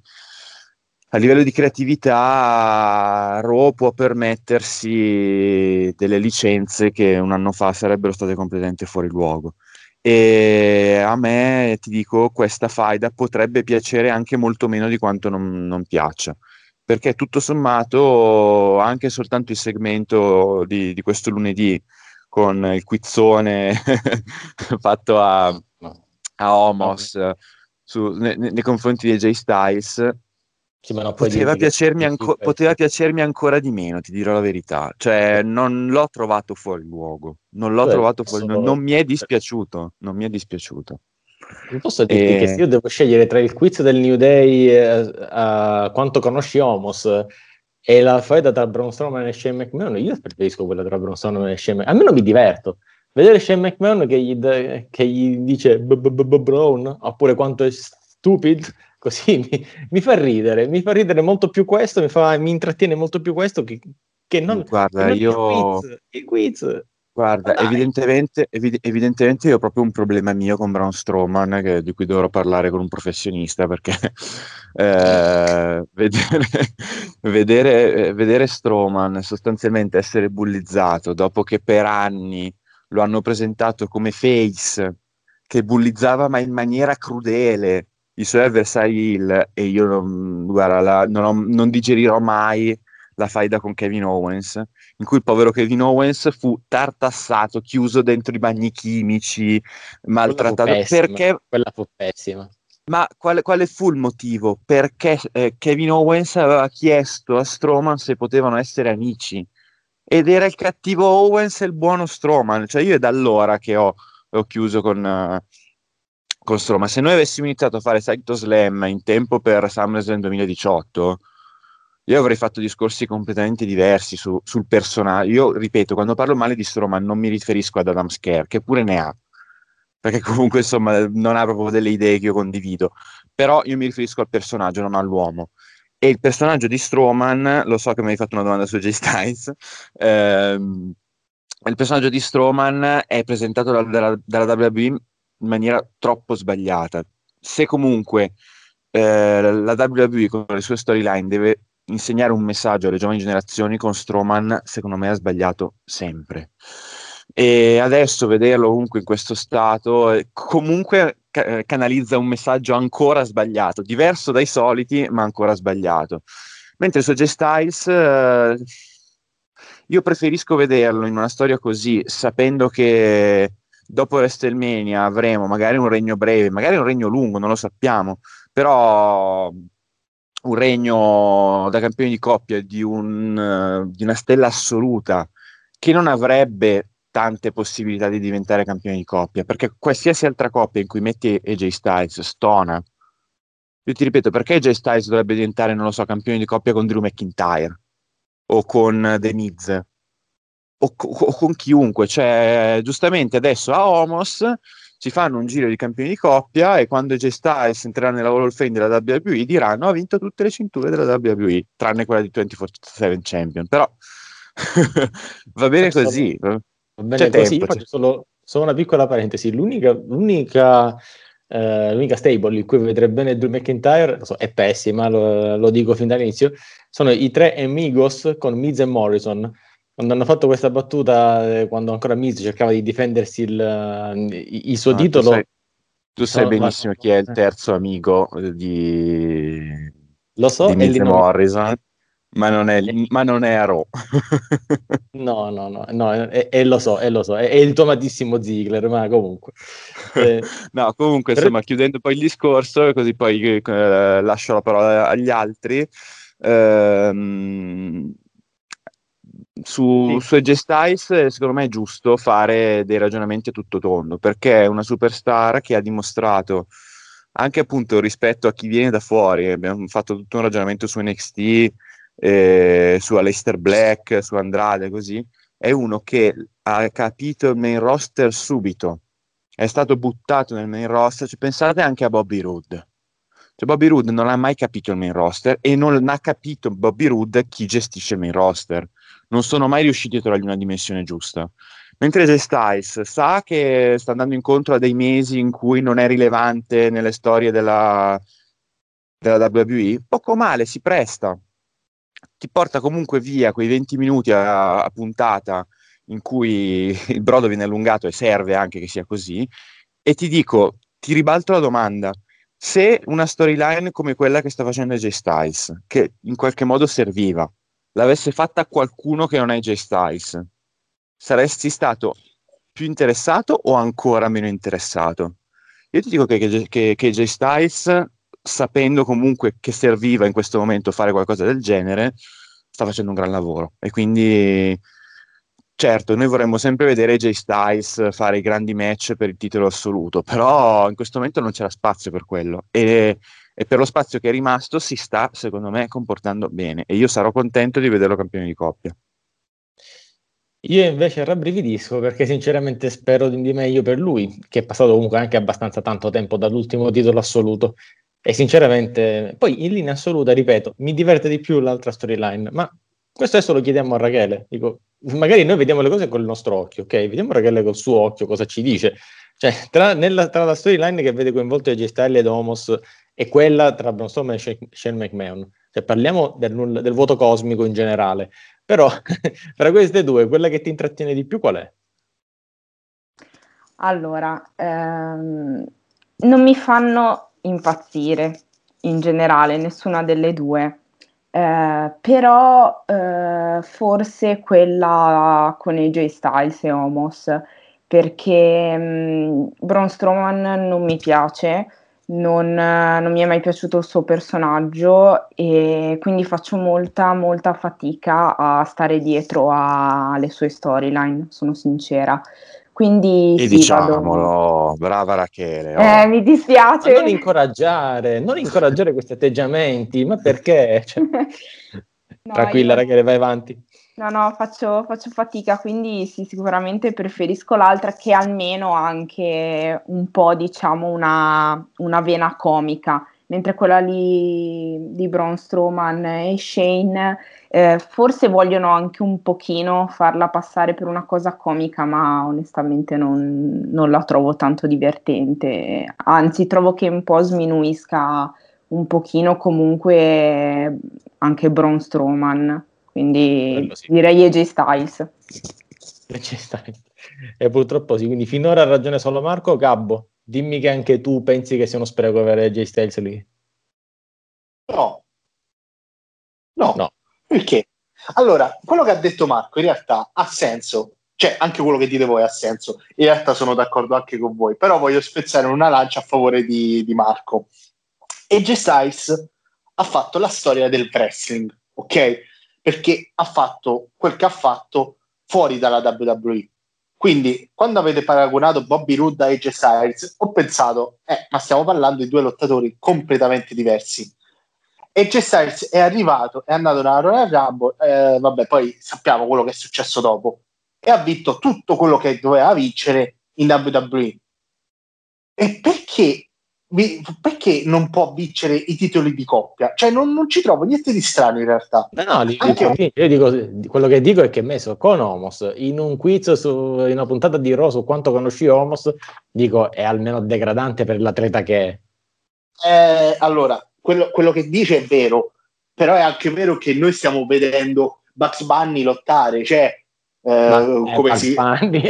creatività, Raw può permettersi delle licenze che un anno fa sarebbero state completamente fuori luogo. E a me, ti dico, questa faida potrebbe piacere anche molto meno di quanto non piaccia, perché tutto sommato anche soltanto il segmento di questo lunedì con il quizzone fatto a Omos nei confronti di AJ Styles Sì, ma non puoi poteva dirmi poteva piacermi ancora di meno, ti dirò la verità. Cioè, non l'ho trovato fuori luogo, non l'ho trovato fuori, non mi è dispiaciuto, non mi è dispiaciuto. Non posso dirti che se io devo scegliere tra il quiz del New Day, quanto conosci Homos, e la faida tra Braun Strowman e Shane McMahon, io preferisco quella tra Braun Strowman e Shane McMahon. Almeno mi diverto. Vedere Shane McMahon che gli dice Braun, oppure quanto è stupid, così mi fa ridere molto più questo, mi intrattiene molto più questo che non, Guarda, che non il quiz. Guarda, evidentemente io ho proprio un problema mio con Braun Strowman di cui dovrò parlare con un professionista perché vedere Strowman sostanzialmente essere bullizzato dopo che per anni lo hanno presentato come face che bullizzava ma in maniera crudele i suoi avversari heel, e io guarda, non digerirò mai la faida con Kevin Owens, in cui il povero Kevin Owens fu tartassato, chiuso dentro i bagni chimici, maltrattato. Quella fu pessima. Ma quale fu il motivo? Perché Kevin Owens aveva chiesto a Strowman se potevano essere amici. Ed era il cattivo Owens e il buono Strowman. Cioè io è da allora che ho chiuso con Strowman. Se noi avessimo iniziato a fare Psycho Slam in tempo per SummerSlam 2018, io avrei fatto discorsi completamente diversi sul personaggio. Io ripeto, quando parlo male di Strowman non mi riferisco ad Adam Scare, che pure ne ha, perché comunque insomma non ha proprio delle idee che io condivido, però io mi riferisco al personaggio, non all'uomo. E il personaggio di Strowman, lo so che mi hai fatto una domanda su Jay Styles, il personaggio di Strowman è presentato dalla WWE in maniera troppo sbagliata. Se comunque la WWE con le sue storyline deve insegnare un messaggio alle giovani generazioni, con Strowman secondo me ha sbagliato sempre, e adesso vederlo comunque in questo stato comunque canalizza un messaggio ancora sbagliato, diverso dai soliti ma ancora sbagliato, mentre su J Styles io preferisco vederlo in una storia così, sapendo che dopo WrestleMania avremo magari un regno breve, magari un regno lungo, non lo sappiamo, però un regno da campione di coppia di una stella assoluta che non avrebbe tante possibilità di diventare campione di coppia, perché qualsiasi altra coppia in cui metti AJ Styles stona. Io ti ripeto, perché AJ Styles dovrebbe diventare, non lo so, campione di coppia con Drew McIntyre o con The Miz o con chiunque? Cioè, giustamente adesso a Omos si fanno un giro di campioni di coppia e quando AJ Styles entrerà nella Hall of Fame della WWE diranno ha vinto tutte le cinture della WWE, tranne quella di 24/7 Champion, però va bene così, Va c'è bene così. Io tempo. faccio solo una piccola parentesi. L'unica stable in cui vedrei bene Drew McIntyre, lo so, è pessima, lo dico fin dall'inizio, sono i tre Amigos con Miz e Morrison. Quando hanno fatto questa battuta, quando ancora Miz cercava di difendersi il suo titolo, Tu sai benissimo chi è il terzo amico lo so, di e Miz lì Morrison, ma non è a Raw. No, lo so, è il tuo amatissimo Ziggler, ma comunque. No, comunque, insomma, chiudendo poi il discorso, così poi lascio la parola agli altri. Su AJ Styles, secondo me è giusto fare dei ragionamenti a tutto tondo, perché è una superstar che ha dimostrato anche appunto rispetto a chi viene da fuori. Abbiamo fatto tutto un ragionamento su NXT, su Aleister Black, su Andrade, così. È uno che ha capito il main roster subito, è stato buttato nel main roster. Cioè, pensate anche a Bobby Roode. Cioè, Bobby Roode non ha mai capito il main roster e non ha capito Bobby Roode chi gestisce il main roster. Non sono mai riusciti a trovargli una dimensione giusta. Mentre Jay Styles sa che sta andando incontro a dei mesi in cui non è rilevante nelle storie della WWE, poco male, si presta. Ti porta comunque via quei 20 minuti a puntata in cui il brodo viene allungato e serve anche che sia così. E ti dico, ti ribalto la domanda. Se una storyline come quella che sta facendo Jay Styles, che in qualche modo serviva, l'avesse fatta qualcuno che non è Jay Styles, saresti stato più interessato o ancora meno interessato? Io ti dico che Jay Styles, sapendo comunque che serviva in questo momento fare qualcosa del genere, sta facendo un gran lavoro. E quindi, certo, noi vorremmo sempre vedere Jay Styles fare i grandi match per il titolo assoluto, però in questo momento non c'era spazio per quello. E per lo spazio che è rimasto si sta, secondo me, comportando bene. E io sarò contento di vederlo campione di coppia. Io invece rabbrividisco perché sinceramente spero di meglio per lui, che è passato comunque anche abbastanza tanto tempo dall'ultimo titolo assoluto. E sinceramente, poi in linea assoluta, ripeto, mi diverte di più l'altra storyline, ma questo adesso lo chiediamo a Rachele. Dico, magari noi vediamo le cose col nostro occhio, ok? Vediamo Rachele col suo occhio cosa ci dice. Cioè, tra la storyline che vede coinvolto AJ Styles ed Omos e quella tra Braun Strowman e Shane McMahon, cioè parliamo del vuoto cosmico in generale. Però tra queste due, quella che ti intrattiene di più qual è? Allora, non mi fanno impazzire in generale, nessuna delle due. Però forse quella con AJ Styles e Omos, perché Braun Strowman non mi piace, non mi è mai piaciuto il suo personaggio e quindi faccio molta fatica a stare dietro alle sue storyline, sono sincera. Quindi E sì, vado. diciamolo, brava Rachele. Oh. Mi Ma dispiace. non incoraggiare questi atteggiamenti, ma perché? Cioè, No, tranquilla, io Rachele, vai avanti. no, faccio fatica, quindi sì, sicuramente preferisco l'altra che almeno ha anche un po', diciamo, una vena comica, mentre quella lì di Braun Strowman e Shane forse vogliono anche un pochino farla passare per una cosa comica, ma onestamente non la trovo tanto divertente, anzi trovo che un po' sminuisca un pochino comunque anche Braun Strowman. Quindi Quello sì. direi AJ Styles. Ci stai. E purtroppo sì, quindi finora ha ragione solo Marco. Gabbo, dimmi che anche tu pensi che sia uno spreco avere Jay Styles lì. No, no, No. perché? Allora, quello che ha detto Marco in realtà ha senso, cioè anche quello che dite voi ha senso, in realtà sono d'accordo anche con voi, però voglio spezzare una lancia a favore di Marco. AJ Styles ha fatto la storia del wrestling, ok? Perché ha fatto quel che ha fatto fuori dalla WWE. Quindi, quando avete paragonato Bobby Roode a AJ Styles, ho pensato, ma stiamo parlando di due lottatori completamente diversi. AJ Styles è arrivato, è andato nella Royal Rumble, vabbè, poi sappiamo quello che è successo dopo, e ha vinto tutto quello che doveva vincere in WWE. E perché non può vincere i titoli di coppia? Cioè, non ci trovo niente di strano in realtà. No, Anche io dico, quello che dico è che messo con Homos in un quiz in una puntata di Raw su quanto conosci Homos, dico è almeno degradante per l'atleta che è. allora, quello che dice è vero, però è anche vero che noi stiamo vedendo Bugs Bunny lottare, cioè Ma come Bugs si... Bunny.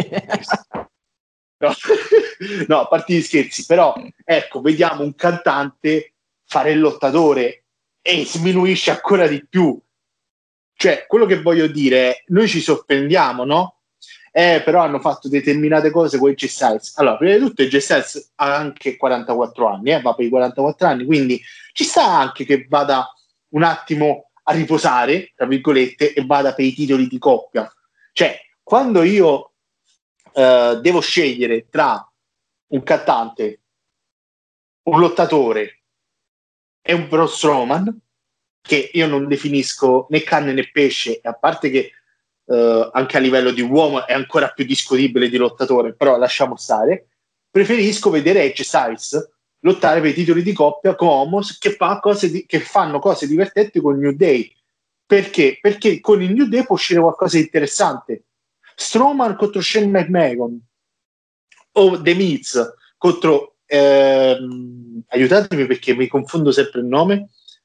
No, no, a parte gli scherzi, però ecco, vediamo un cantante fare il lottatore e sminuisce ancora di più. Cioè, quello che voglio dire è, noi ci sorprendiamo, no? Però hanno fatto determinate cose con AJ Styles. Allora, prima di tutto AJ Styles ha anche 44 anni, va per i 44 anni, quindi ci sta anche che vada un attimo a riposare, tra virgolette, e vada per i titoli di coppia. Cioè, quando io devo scegliere tra un cantante, un lottatore e un Braun Strowman, che io non definisco né carne né pesce, a parte che anche a livello di uomo è ancora più discutibile di lottatore, però lasciamo stare. preferisco vedere Edge Styles lottare per i titoli di coppia con Omos che fanno cose divertenti con New Day. Perché? Perché con il New Day può uscire qualcosa di interessante. Strowman contro Shane McMahon o The Miz contro aiutatemi perché mi confondo sempre il nome.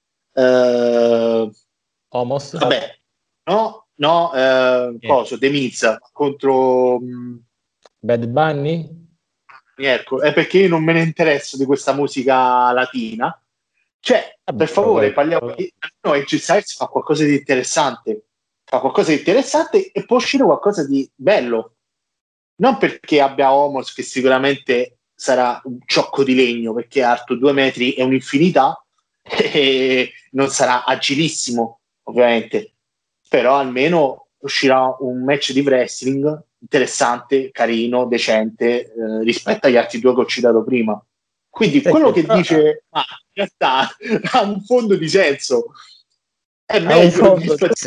Omos? Vabbè, coso, The Miz contro Bad Bunny? Ecco, è perché io non me ne interesso di questa musica latina. Cioè, per favore, parliamo di Edge Styles fa qualcosa di interessante. Fa qualcosa di interessante e può uscire qualcosa di bello. Non perché abbia Omos, che sicuramente sarà un ciocco di legno, perché è alto 2 metri e un'infinità, e non sarà agilissimo, ovviamente. Però almeno uscirà un match di wrestling interessante, carino, decente, rispetto agli altri 2 che ho citato prima. Quindi quello che dice in realtà ha un fondo di senso. È meglio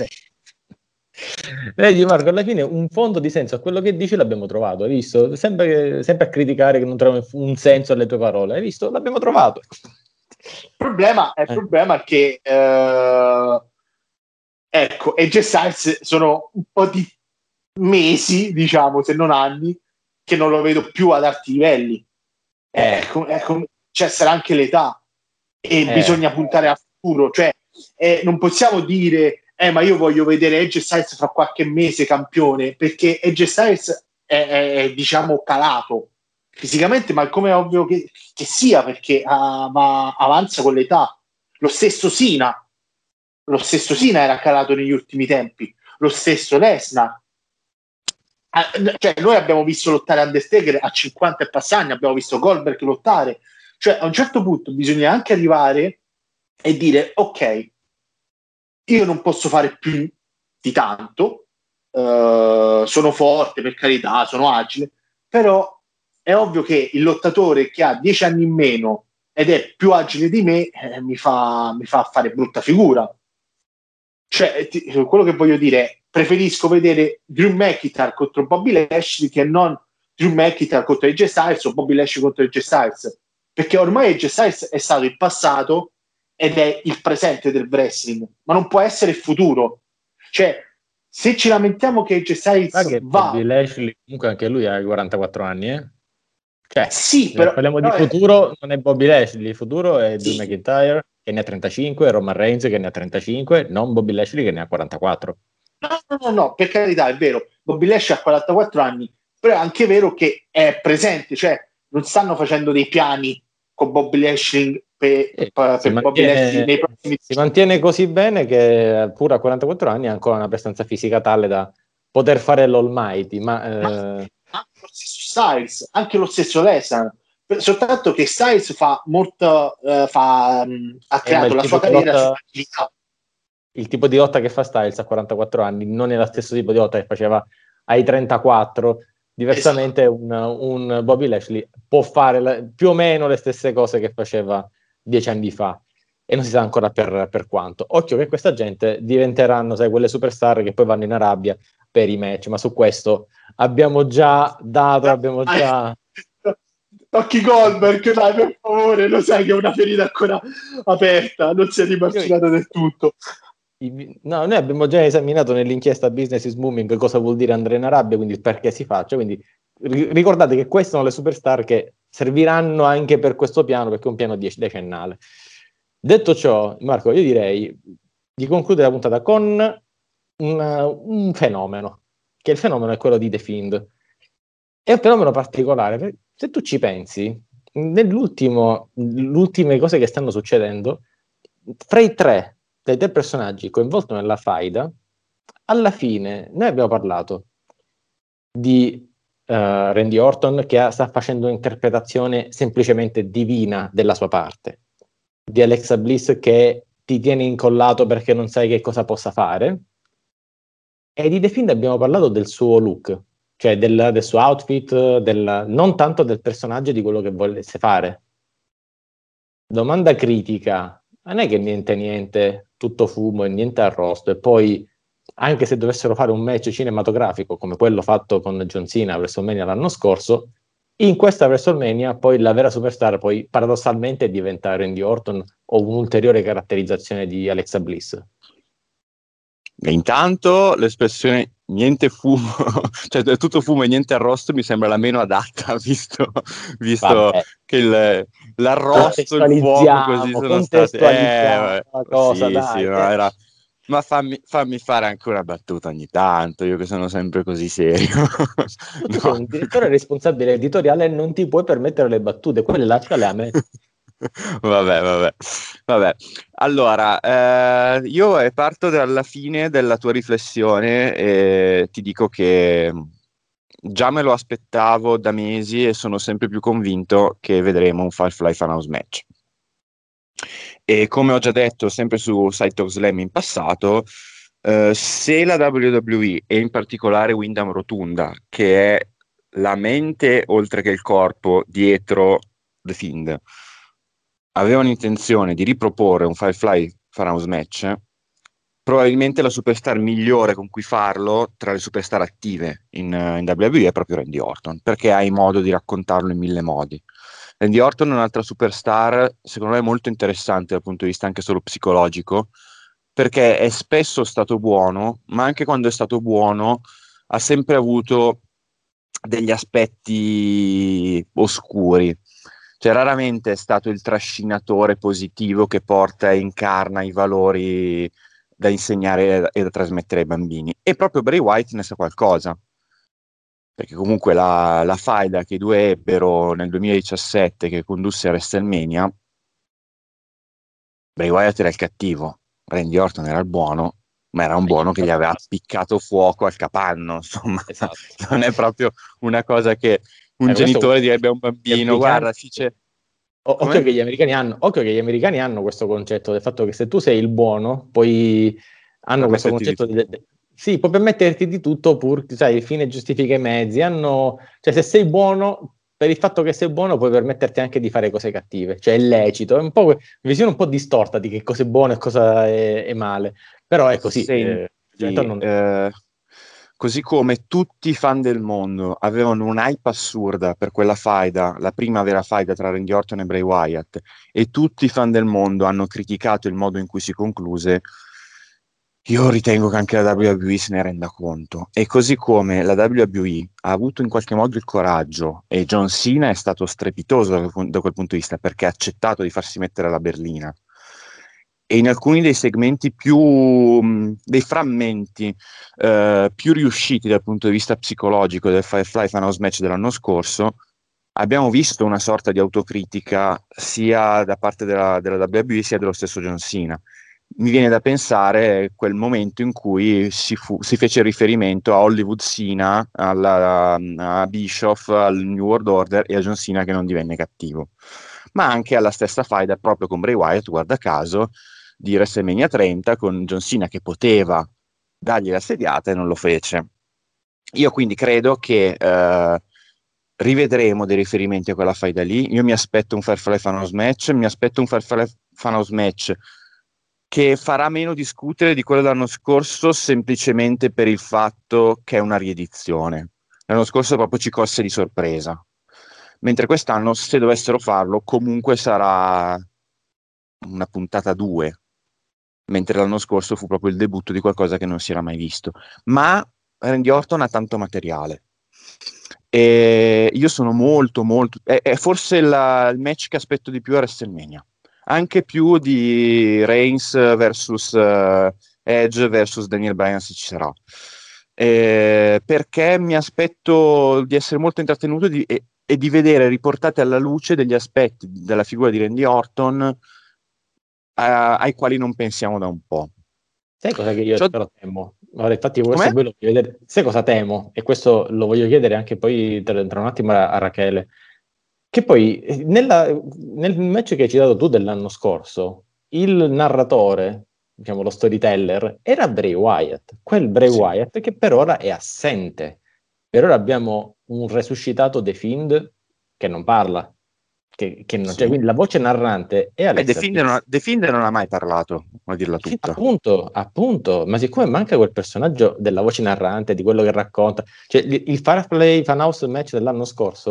Vedi Marco, alla fine un fondo di senso a quello che dici l'abbiamo trovato, hai visto? Sempre a criticare che non troviamo un senso alle tue parole, hai visto? L'abbiamo trovato. Il problema è che ecco, Edge Styles sono un po' di mesi, diciamo, se non anni, che non lo vedo più ad alti livelli. Cioè sarà anche l'età e bisogna puntare al futuro, cioè non possiamo dire ma io voglio vedere Edge Styles fra qualche mese campione, perché Edge Styles è diciamo calato fisicamente, ma come è ovvio che sia, perché ma avanza con l'età. Lo stesso Cena era calato negli ultimi tempi, lo stesso Lesnar. Cioè, noi abbiamo visto lottare Undertaker a 50 e passanni, abbiamo visto Goldberg lottare. Cioè, a un certo punto bisogna anche arrivare e dire ok, io non posso fare più di tanto, sono forte per carità, sono agile, però è ovvio che il lottatore che ha 10 anni in meno ed è più agile di me mi fa fare brutta figura. Cioè, quello che voglio dire è preferisco vedere Drew McIntyre contro Bobby Lashley che non Drew McIntyre contro AJ Styles o Bobby Lashley contro AJ Styles, perché ormai AJ Styles è stato il passato ed è il presente del wrestling, ma non può essere il futuro. Cioè, se ci lamentiamo che AJ Styles Bobby Lashley comunque anche lui ha 44 anni, Cioè, sì, però parliamo di futuro, non è Bobby Lashley, il futuro è Drew McIntyre che ne ha 35, Roman Reigns che ne ha 35, non Bobby Lashley che ne ha 44. No, per carità, è vero, Bobby Lashley ha 44 anni, però è anche vero che è presente, cioè non stanno facendo dei piani con Bobby Lashley per Bobby Lashley nei prossimi... Si mantiene così bene che pure a 44 anni ha ancora una prestanza fisica tale da poter fare l'Almighty, ma anche lo stesso Styles, anche lo stesso Lesnar, soltanto che Styles fa molto ha creato la sua carriera sull'agilità. Il tipo di lotta che fa Styles a 44 anni non è lo stesso tipo di lotta che faceva ai 34. Diversamente un Bobby Lashley può fare più o meno le stesse cose che faceva 10 anni fa e non si sa ancora per quanto. Occhio che questa gente diventeranno, sai, quelle superstar che poi vanno in Arabia per i match, ma su questo abbiamo già dato, Tocchi Goldberg, dai, per favore, lo sai che è una ferita ancora aperta, non si è rimarginata del tutto. No, noi abbiamo già esaminato nell'inchiesta Business is Booming cosa vuol dire andare in Arabia, quindi perché si faccia, quindi ricordate che queste sono le superstar che serviranno anche per questo piano, perché è un piano decennale. Detto ciò, Marco, io direi di concludere la puntata con un fenomeno, che il fenomeno è quello di The Fiend. È un fenomeno particolare, se tu ci pensi, le ultime cose che stanno succedendo, fra i tre dei 3 personaggi coinvolti nella faida, alla fine noi abbiamo parlato di Randy Orton che sta facendo un'interpretazione semplicemente divina della sua parte, di Alexa Bliss che ti tiene incollato perché non sai che cosa possa fare, e di The Fiend abbiamo parlato del suo look, cioè del suo outfit, non tanto del personaggio, di quello che volesse fare. Domanda critica: non è che niente, tutto fumo e niente arrosto, e poi anche se dovessero fare un match cinematografico come quello fatto con John Cena a WrestleMania l'anno scorso, In questa WrestleMania poi la vera superstar poi paradossalmente diventa Randy Orton o un'ulteriore caratterizzazione di Alexa Bliss. E intanto l'espressione niente fumo, cioè tutto fumo e niente arrosto mi sembra la meno adatta, visto Vabbè, che l'arrosto e il fuoco così sono stati... contestualizziamo la cosa, sì, sì, dai. no, era... Ma fammi fare anche una battuta ogni tanto, io che sono sempre così serio. Tu sei un direttore responsabile editoriale e non ti puoi permettere le battute, quelle lasciale a me. Vabbè. Allora, io parto dalla fine della tua riflessione e ti dico che già me lo aspettavo da mesi e sono sempre più convinto che vedremo un Firefly Funhouse match. E come ho già detto sempre su Side Talk Slam in passato, se la WWE e in particolare Wyndham Rotunda, che è la mente oltre che il corpo dietro The Fiend, avevano intenzione di riproporre un Firefly Funhouse match, probabilmente la superstar migliore con cui farlo tra le superstar attive in WWE è proprio Randy Orton, perché hai modo di raccontarlo in mille modi. Randy Orton è un'altra superstar, secondo me molto interessante dal punto di vista anche solo psicologico, perché è spesso stato buono, ma anche quando è stato buono ha sempre avuto degli aspetti oscuri. Cioè, raramente è stato il trascinatore positivo che porta e incarna i valori da insegnare e da trasmettere ai bambini. E proprio Bray Wyatt ne sa qualcosa. Perché comunque la faida che i due ebbero nel 2017 che condusse a WrestleMania, Bray Wyatt era il cattivo, Randy Orton era il buono, ma era un buono che gli aveva appiccato fuoco al capanno, insomma, Esatto. non è proprio una cosa che un genitore direbbe a un bambino, guarda, dice... Occhio che gli americani hanno questo concetto del fatto che se tu sei il buono, poi hanno questo concetto sì, puoi permetterti di tutto pur, sai, il fine giustifica i mezzi. Cioè, se sei buono, per il fatto che sei buono, puoi permetterti anche di fare cose cattive. Cioè, è lecito. È un po' visione un po' distorta di che cosa è buono e cosa è male. Però è così. Senti, così come tutti i fan del mondo avevano un'hype assurda per quella faida, la prima vera faida tra Randy Orton e Bray Wyatt, e tutti i fan del mondo hanno criticato il modo in cui si concluse, io ritengo che anche la WWE se ne renda conto. E così come la WWE ha avuto in qualche modo il coraggio, e John Cena è stato strepitoso da quel punto di vista, perché ha accettato di farsi mettere la berlina. E in alcuni dei segmenti dei frammenti più riusciti dal punto di vista psicologico del Firefly Funhouse match dell'anno scorso, abbiamo visto una sorta di autocritica sia da parte della WWE sia dello stesso John Cena. Mi viene da pensare quel momento in cui si fece riferimento a Hollywood Cena, a Bischoff, al New World Order e a John Cena che non divenne cattivo. Ma anche alla stessa faida proprio con Bray Wyatt, guarda caso, di WrestleMania 30 con John Cena che poteva dargli la sediata e non lo fece. Io quindi credo che rivedremo dei riferimenti a quella faida lì. Io mi aspetto un Firefly Funhouse match, mi aspetto un Firefly Funhouse match che farà meno discutere di quello dell'anno scorso semplicemente per il fatto che è una riedizione. L'anno scorso proprio ci colse di sorpresa. Mentre quest'anno, se dovessero farlo, comunque sarà una puntata 2, mentre l'anno scorso fu proprio il debutto di qualcosa che non si era mai visto. Ma Randy Orton ha tanto materiale. E io sono molto, molto... È forse il match che aspetto di più a WrestleMania. Anche più di Reigns versus Edge versus Daniel Bryan se ci sarà. Perché mi aspetto di essere molto intrattenuto e di vedere riportate alla luce degli aspetti della figura di Randy Orton ai quali non pensiamo da un po'. Sai cosa che io però temo? Ora, infatti questo Com'è? poi lo voglio vedere. Sai cosa temo? E questo lo voglio chiedere anche poi tra un attimo a Rachele. Che poi nel match che hai citato tu dell'anno scorso, il narratore, diciamo lo storyteller, era Bray Wyatt. Quel Bray Wyatt che per ora è assente. Per ora abbiamo un resuscitato The Fiend che non parla. Che non c'è, quindi la voce narrante è Alexa Bliss. The Fiend non ha mai parlato, a dirla tutta. Appunto, ma siccome manca quel personaggio della voce narrante, di quello che racconta, cioè il Firefly Funhouse match dell'anno scorso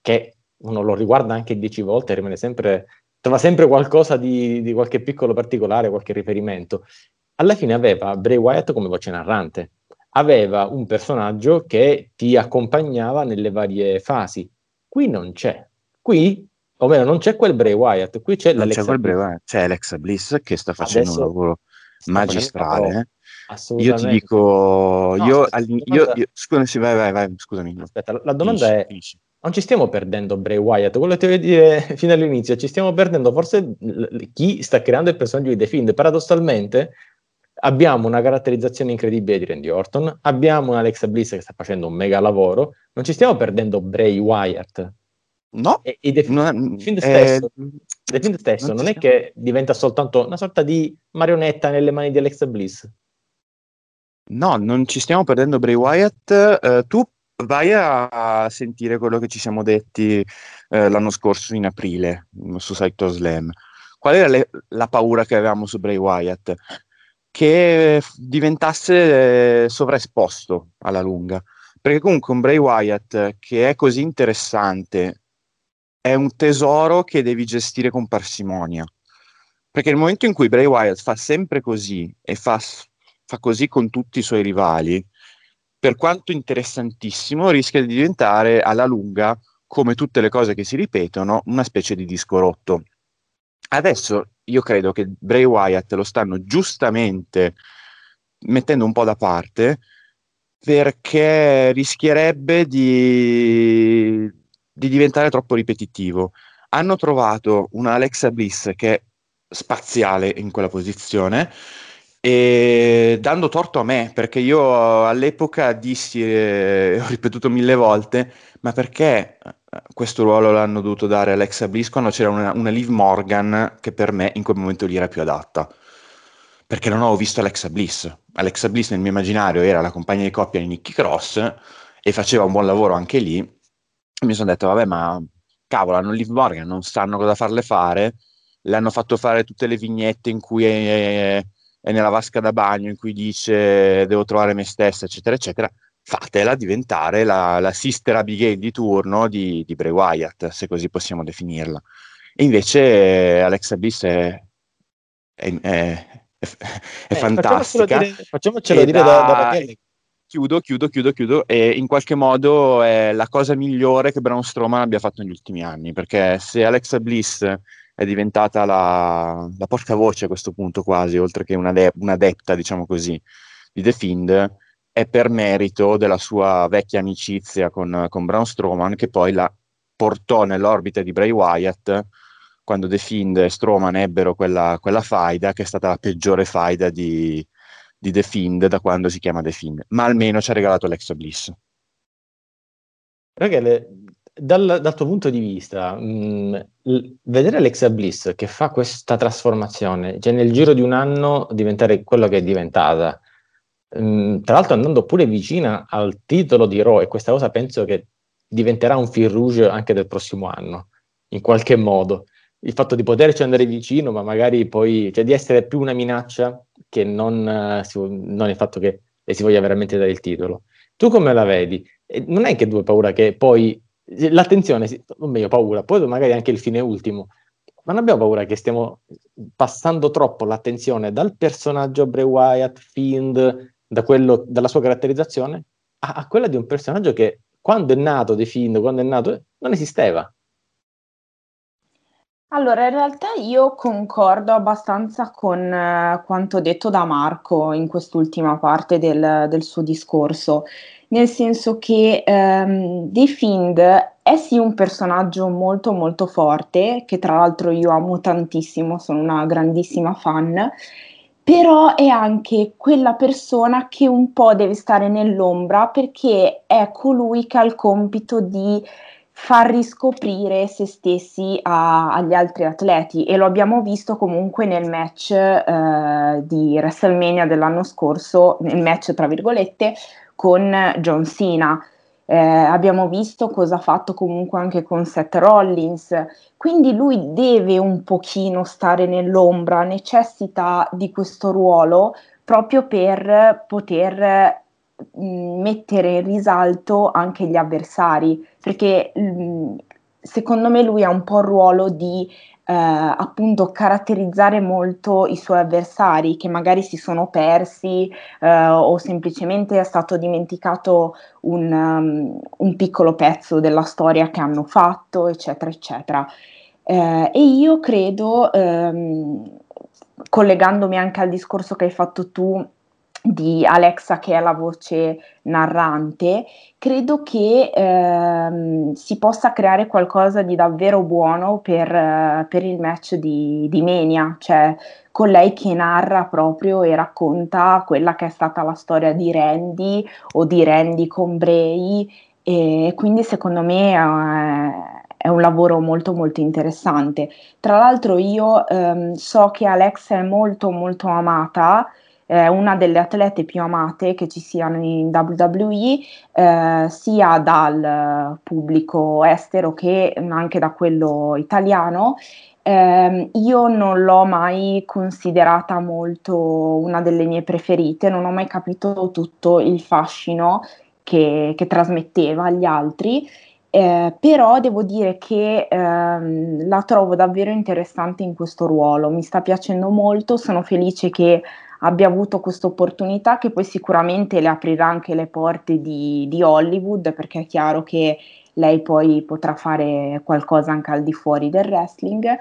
che uno lo riguarda anche 10 volte, rimane sempre, trova sempre qualcosa di qualche piccolo particolare, qualche riferimento. Alla fine aveva Bray Wyatt come voce narrante, aveva un personaggio che ti accompagnava nelle varie fasi. Qui non c'è. Qui, o meno, non c'è quel Bray Wyatt, qui c'è Non c'è l'Alexa quel Bliss. breve, c'è Alexa Bliss che sta facendo un Adesso lavoro sta facendo un lavoro, magistrale. Io ti assolutamente. dico, No, aspetta, la domanda- scusa, sì, vai, scusami. aspetta, la domanda Finisci, è: finisci. non ci stiamo perdendo Bray Wyatt? Quello che ti voglio dire fino all'inizio, ci stiamo perdendo forse chi sta creando il personaggio di The Fiend. Paradossalmente abbiamo una caratterizzazione incredibile di Randy Orton, abbiamo un Alexa Bliss che sta facendo un mega lavoro, non ci stiamo perdendo Bray Wyatt. No, E The non, Fiend stesso, The Fiend non stesso ci non è stiamo. che diventa soltanto una sorta di marionetta nelle mani di Alexa Bliss. No, non ci stiamo perdendo Bray Wyatt. Tu vai a sentire quello che ci siamo detti l'anno scorso in aprile su Site of Slam. Qual era la paura che avevamo su Bray Wyatt? Che diventasse sovraesposto alla lunga. Perché comunque un Bray Wyatt che è così interessante è un tesoro che devi gestire con parsimonia. Perché nel momento in cui Bray Wyatt fa sempre così e fa così con tutti i suoi rivali, per quanto interessantissimo, rischia di diventare alla lunga, come tutte le cose che si ripetono, una specie di disco rotto. Adesso io credo che Bray Wyatt lo stanno giustamente mettendo un po' da parte perché rischierebbe di diventare troppo ripetitivo. Hanno trovato una Alexa Bliss che è spaziale in quella posizione e dando torto a me, perché io all'epoca dissi, ho ripetuto 1000 volte, ma perché questo ruolo l'hanno dovuto dare a Alexa Bliss quando c'era una Liv Morgan che per me in quel momento lì era più adatta? Perché non avevo visto Alexa Bliss. Alexa Bliss nel mio immaginario era la compagna di coppia di Nikki Cross e faceva un buon lavoro anche lì. E mi sono detto, vabbè, ma cavolo, hanno Liv Morgan, non sanno cosa farle fare. Le hanno fatto fare tutte le vignette in cui è nella vasca da bagno, in cui dice devo trovare me stessa, eccetera, eccetera. Fatela diventare la sister Abigail di turno di Bray Wyatt, se così possiamo definirla. E invece Alexa Bliss è fantastica Facciamocelo e dire da Rachele. chiudo, e in qualche modo è la cosa migliore che Braun Strowman abbia fatto negli ultimi anni, perché se Alexa Bliss è diventata la portavoce a questo punto quasi, oltre che un'adepta, diciamo così, di The Fiend, è per merito della sua vecchia amicizia con Braun Strowman, che poi la portò nell'orbita di Bray Wyatt quando The Fiend e Strowman ebbero quella faida, che è stata la peggiore faida di The Fiend da quando si chiama The Fiend, ma almeno ci ha regalato Alexa Bliss. Rachele, dal tuo punto di vista, vedere Alexa Bliss che fa questa trasformazione, cioè nel giro di un anno diventare quello che è diventata, tra l'altro andando pure vicina al titolo di Raw, e questa cosa penso che diventerà un fil rouge anche del prossimo anno, in qualche modo. Il fatto di poterci andare vicino, ma magari poi, cioè di essere più una minaccia che non il fatto che le si voglia veramente dare il titolo. Tu come la vedi? E non è che tu hai paura che poi l'attenzione, o meglio paura, poi magari anche il fine ultimo, ma non abbiamo paura che stiamo passando troppo l'attenzione dal personaggio Bray Wyatt, Fiend, dalla sua caratterizzazione, a quella di un personaggio che quando è nato The Fiend, quando è nato, non esisteva. Allora, in realtà io concordo abbastanza con quanto detto da Marco in quest'ultima parte del suo discorso, nel senso che The Fiend è sì un personaggio molto molto forte, che tra l'altro io amo tantissimo, sono una grandissima fan, però è anche quella persona che un po' deve stare nell'ombra perché è colui che ha il compito di far riscoprire se stessi agli altri atleti, e lo abbiamo visto comunque nel match di WrestleMania dell'anno scorso, nel match tra virgolette con John Cena. Abbiamo visto cosa ha fatto comunque anche con Seth Rollins, quindi lui deve un pochino stare nell'ombra, necessita di questo ruolo proprio per poter mettere in risalto anche gli avversari, perché secondo me lui ha un po' il ruolo di appunto caratterizzare molto i suoi avversari che magari si sono persi o semplicemente è stato dimenticato un piccolo pezzo della storia che hanno fatto, eccetera, eccetera. E io credo, collegandomi anche al discorso che hai fatto tu di Alexa, che è la voce narrante, credo che si possa creare qualcosa di davvero buono per il match di Mania, cioè con lei che narra proprio e racconta quella che è stata la storia di Randy o di Randy con Bray, e quindi secondo me è un lavoro molto molto interessante. Tra l'altro io so che Alexa è molto molto amata, è una delle atlete più amate che ci siano in WWE, sia dal pubblico estero che anche da quello italiano. Io non l'ho mai considerata molto una delle mie preferite, non ho mai capito tutto il fascino che trasmetteva agli altri, però devo dire che la trovo davvero interessante in questo ruolo, mi sta piacendo molto, sono felice che abbia avuto questa opportunità che poi sicuramente le aprirà anche le porte di Hollywood, perché è chiaro che lei poi potrà fare qualcosa anche al di fuori del wrestling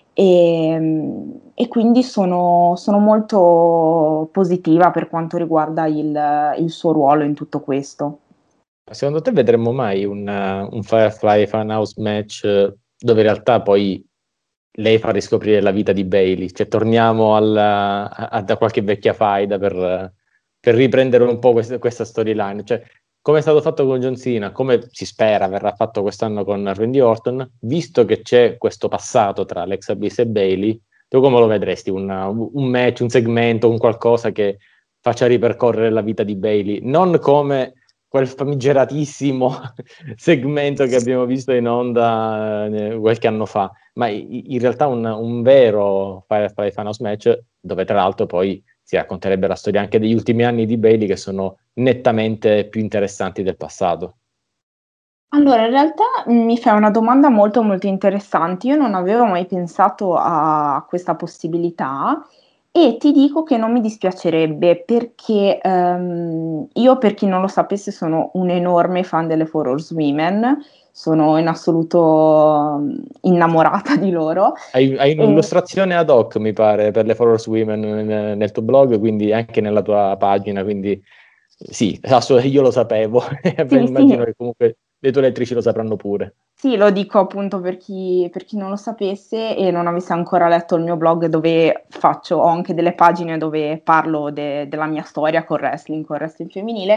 e quindi sono molto positiva per quanto riguarda il suo ruolo in tutto questo. Secondo te vedremo mai un Firefly Funhouse match dove in realtà poi lei fa riscoprire la vita di Bayley? Cioè torniamo da qualche vecchia faida per riprendere un po' questa storyline. Cioè, come è stato fatto con John Cena, come si spera verrà fatto quest'anno con Randy Orton, visto che c'è questo passato tra Alexa Bliss e Bayley, tu come lo vedresti? Un match, un segmento, un qualcosa che faccia ripercorrere la vita di Bayley? Non come quel famigeratissimo segmento che abbiamo visto in onda qualche anno fa, ma in realtà un vero Firefly Funhouse match dove tra l'altro poi si racconterebbe la storia anche degli ultimi anni di Bayley che sono nettamente più interessanti del passato. Allora, in realtà mi fai una domanda molto molto interessante. Io non avevo mai pensato a questa possibilità e ti dico che non mi dispiacerebbe perché io, per chi non lo sapesse, sono un enorme fan delle Four Horsewomen, sono in assoluto innamorata di loro. Hai un'illustrazione ad hoc, mi pare, per le Four Horsewomen nel tuo blog, quindi anche nella tua pagina, quindi sì, io lo sapevo, Sì, immagino sì. che comunque le tue lettrici lo sapranno pure. Sì, lo dico appunto per chi non lo sapesse e non avesse ancora letto il mio blog dove ho anche delle pagine dove parlo della mia storia con il wrestling femminile.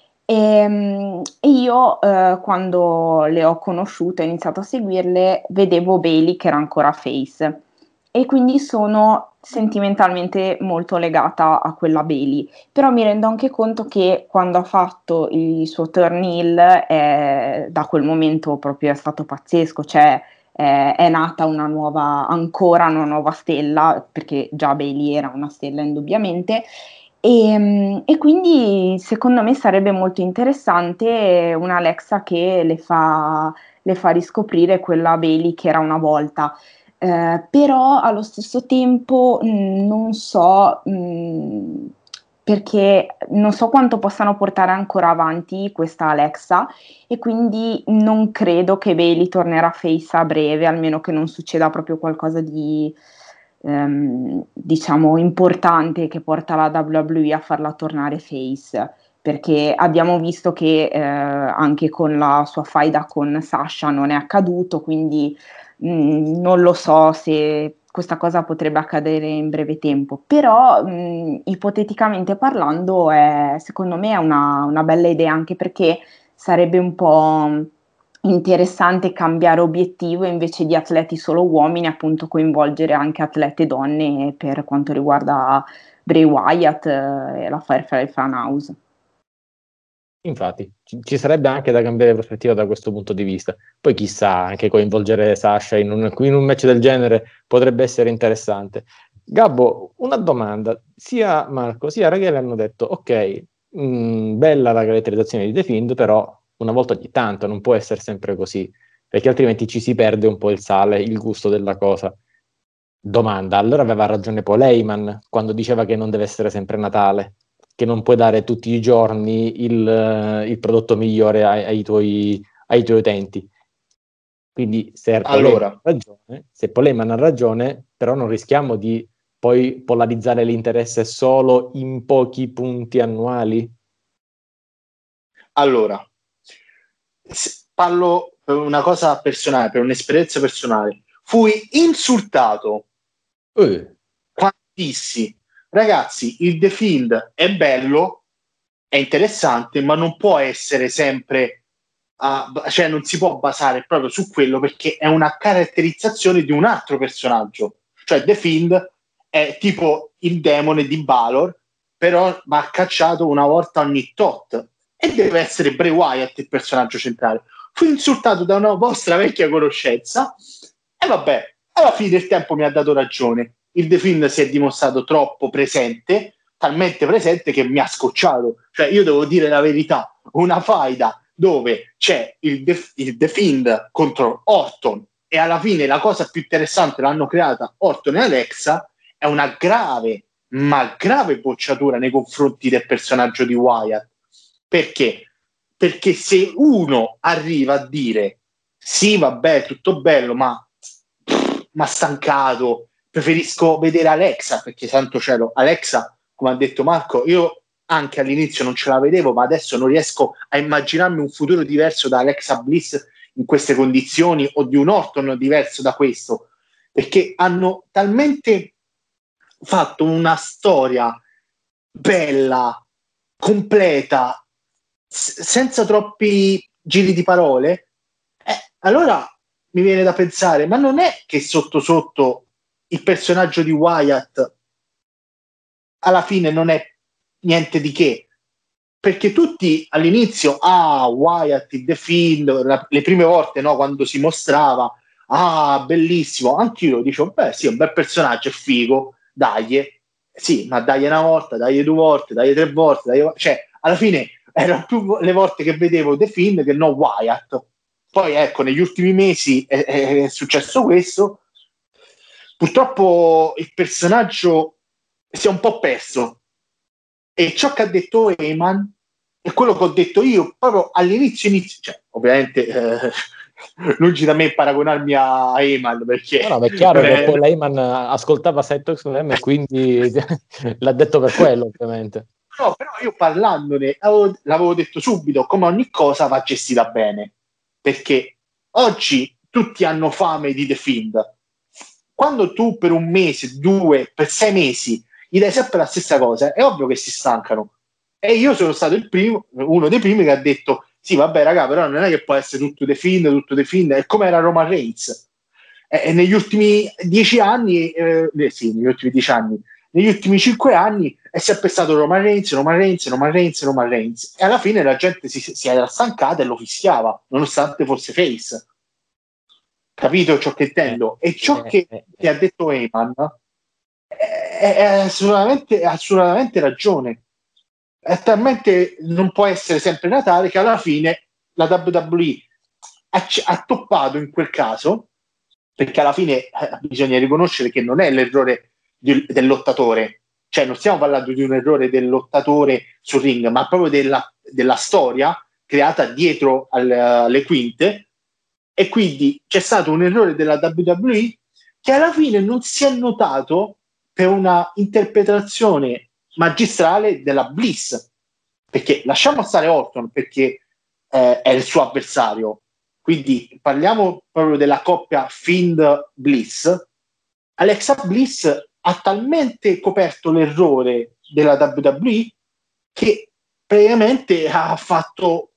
E io quando le ho conosciute, ho iniziato a seguirle, vedevo Bayley che era ancora face e quindi sono sentimentalmente molto legata a quella Bayley, però mi rendo anche conto che quando ha fatto il suo turn heel, da quel momento proprio è stato pazzesco, cioè è nata ancora una nuova stella, perché già Bayley era una stella indubbiamente, e quindi secondo me sarebbe molto interessante una Alexa che le fa riscoprire quella Bayley che era una volta. Però allo stesso tempo non so, perché non so quanto possano portare ancora avanti questa Alexa e quindi non credo che Bayley tornerà face a breve, almeno che non succeda proprio qualcosa di diciamo importante che porta la WWE a farla tornare face, perché abbiamo visto che anche con la sua faida con Sasha non è accaduto, quindi non lo so se questa cosa potrebbe accadere in breve tempo, però ipoteticamente parlando secondo me è una bella idea, anche perché sarebbe un po' interessante cambiare obiettivo e invece di atleti solo uomini, appunto coinvolgere anche atlete donne per quanto riguarda Bray Wyatt e la Firefly Funhouse. Infatti, ci sarebbe anche da cambiare prospettiva da questo punto di vista. Poi chissà, anche coinvolgere Sasha in un match del genere potrebbe essere interessante. Gabbo, una domanda. Sia Marco sia Rachele hanno detto, ok, bella la caratterizzazione di The Fiend, però una volta ogni tanto, non può essere sempre così. perché altrimenti ci si perde un po' il sale, il gusto della cosa. Domanda, allora aveva ragione Paul Heyman quando diceva che non deve essere sempre Natale, che non puoi dare tutti i giorni il prodotto migliore ai tuoi utenti. Quindi se Paul Heyman ha ragione, però non rischiamo di poi polarizzare l'interesse solo in pochi punti annuali? Allora, parlo per una cosa personale, per un'esperienza personale. Fui insultato quando dissi: ragazzi, il The Fiend è bello, è interessante, ma non può essere sempre cioè non si può basare proprio su quello, perché è una caratterizzazione di un altro personaggio. Cioè The Fiend è tipo il demone di Balor, però va cacciato una volta ogni tot, e deve essere Bray Wyatt il personaggio centrale. Fui insultato da una vostra vecchia conoscenza e vabbè, alla fine del tempo mi ha dato ragione. Il The Fiend si è dimostrato troppo presente, talmente presente che mi ha scocciato. Cioè io devo dire la verità, una faida dove c'è il The Fiend contro Orton e alla fine la cosa più interessante l'hanno creata Orton e Alexa, è una grave, ma grave bocciatura nei confronti del personaggio di Wyatt. Perché? Perché se uno arriva a dire sì, vabbè, tutto bello, ma stancato, preferisco vedere Alexa, perché santo cielo, Alexa, come ha detto Marco, io anche all'inizio non ce la vedevo, ma adesso non riesco a immaginarmi un futuro diverso da Alexa Bliss in queste condizioni, o di un Orton diverso da questo, perché hanno talmente fatto una storia bella, completa, senza troppi giri di parole, allora mi viene da pensare, ma non è che sotto sotto il personaggio di Wyatt alla fine non è niente di che, perché tutti all'inizio, Wyatt, il The Fiend, le prime volte, no, quando si mostrava, bellissimo, anch'io dicevo, beh sì, è un bel personaggio, è figo, dai, sì, ma dai una volta, dai due volte, dai tre volte, cioè alla fine erano più le volte che vedevo The Fiend che non Wyatt. Poi ecco, negli ultimi mesi è successo questo, purtroppo il personaggio si è un po' perso, e ciò che ha detto Heyman è quello che ho detto io proprio all'inizio, cioè ovviamente lungi da me paragonarmi a Heyman, perché no, è chiaro che Paul Heyman ascoltava Sette XM e quindi l'ha detto per quello, ovviamente. No, però io parlandone l'avevo detto subito, come ogni cosa va gestita bene, perché oggi tutti hanno fame di The Fiend. Quando tu per un mese, due, per 6 mesi gli dai sempre la stessa cosa, è ovvio che si stancano. E io sono stato uno dei primi che ha detto sì, vabbè raga, però non è che può essere tutto The Fiend, è come era Roman Reigns. E negli ultimi 10 anni, negli ultimi 10 anni, negli ultimi 5 anni è sempre stato Roman Reigns, e alla fine la gente si era stancata e lo fischiava, nonostante fosse face. Capito ciò che intendo? E ciò che ti ha detto Heyman è assolutamente ragione. È talmente non può essere sempre Natale che alla fine la WWE ha toppato in quel caso, perché alla fine bisogna riconoscere che non è l'errore del lottatore, cioè non stiamo parlando di un errore del lottatore sul ring, ma proprio della storia creata dietro alle quinte, e quindi c'è stato un errore della WWE che alla fine non si è notato per una interpretazione magistrale della Bliss, perché lasciamo stare Orton perché è il suo avversario, quindi parliamo proprio della coppia Fiend-Bliss. Alexa Bliss ha talmente coperto l'errore della WWE che praticamente ha fatto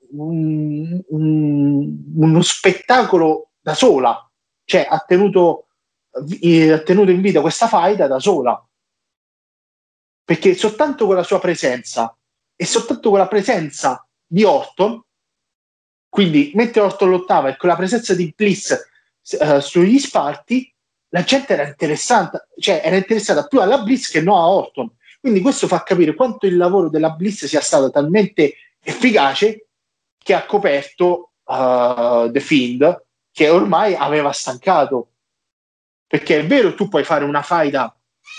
uno spettacolo da sola, cioè ha tenuto in vita questa faida da sola, perché soltanto con la sua presenza e soltanto con la presenza di Orton, quindi mentre Orton lottava e con la presenza di Bliss sugli spalti, la gente era interessata più alla Bliss che no a Orton. Quindi questo fa capire quanto il lavoro della Bliss sia stato talmente efficace che ha coperto The Fiend che ormai aveva stancato, perché è vero, tu puoi fare una faida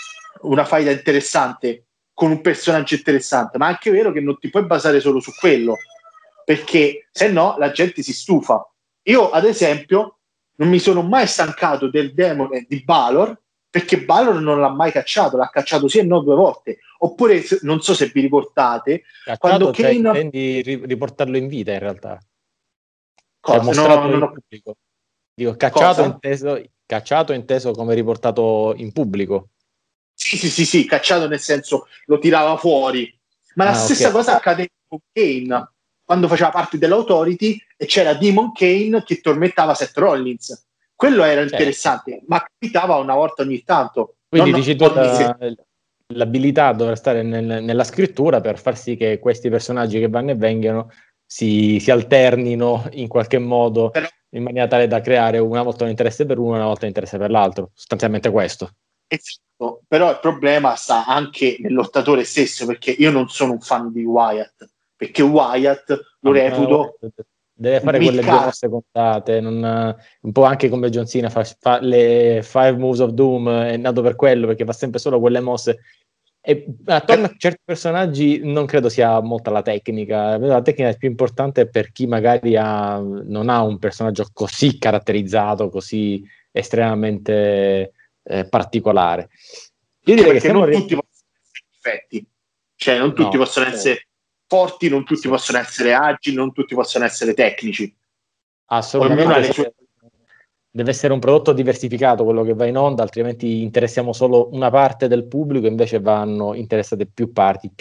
interessante con un personaggio interessante, ma è anche vero che non ti puoi basare solo su quello, perché se no la gente si stufa. Io ad esempio non mi sono mai stancato del demone di Balor, perché Balor non l'ha mai cacciato, l'ha cacciato sì e no 2 volte. Oppure non so se vi riportate quando Cacciato, cioè Kane intendi riportarlo in vita in realtà, cioè cosa? No, mostrato non in ho... pubblico. Dico, Cosa? cacciato inteso come riportato in pubblico. Sì, cacciato nel senso lo tirava fuori. Ma la Ah, ok. stessa cosa accade con Kane, quando faceva parte dell'Authority e c'era Demon Kane che tormentava Seth Rollins. Quello era Certo. interessante, ma capitava una volta ogni tanto, Quindi non dici tu ogni settimana. l'abilità dovrà stare nella scrittura per far sì che questi personaggi che vanno e vengono si alternino in qualche modo Però, in maniera tale da creare una volta un interesse per uno e una volta un interesse per l'altro. Sostanzialmente questo. esatto, però il problema sta anche nel lottatore stesso, perché io non sono un fan di Wyatt, perché Wyatt lo reputo Deve un fare quelle due mid-card. mosse contate, un po' anche come John Cena fa le Five Moves of Doom, è nato per quello, perché fa sempre solo quelle mosse. E attorno a certi personaggi non credo sia molta la tecnica. La tecnica è più importante per chi magari non ha un personaggio così caratterizzato, così estremamente particolare. Io Anche direi che perché stiamo non tutti arrivando. possono essere perfetti, cioè non tutti No, possono essere forti, non tutti possono essere agili, non tutti possono essere tecnici. Ognuno ha assolutamente le sì. sue... Deve essere un prodotto diversificato quello che va in onda, altrimenti interessiamo solo una parte del pubblico, invece vanno interessate più parti,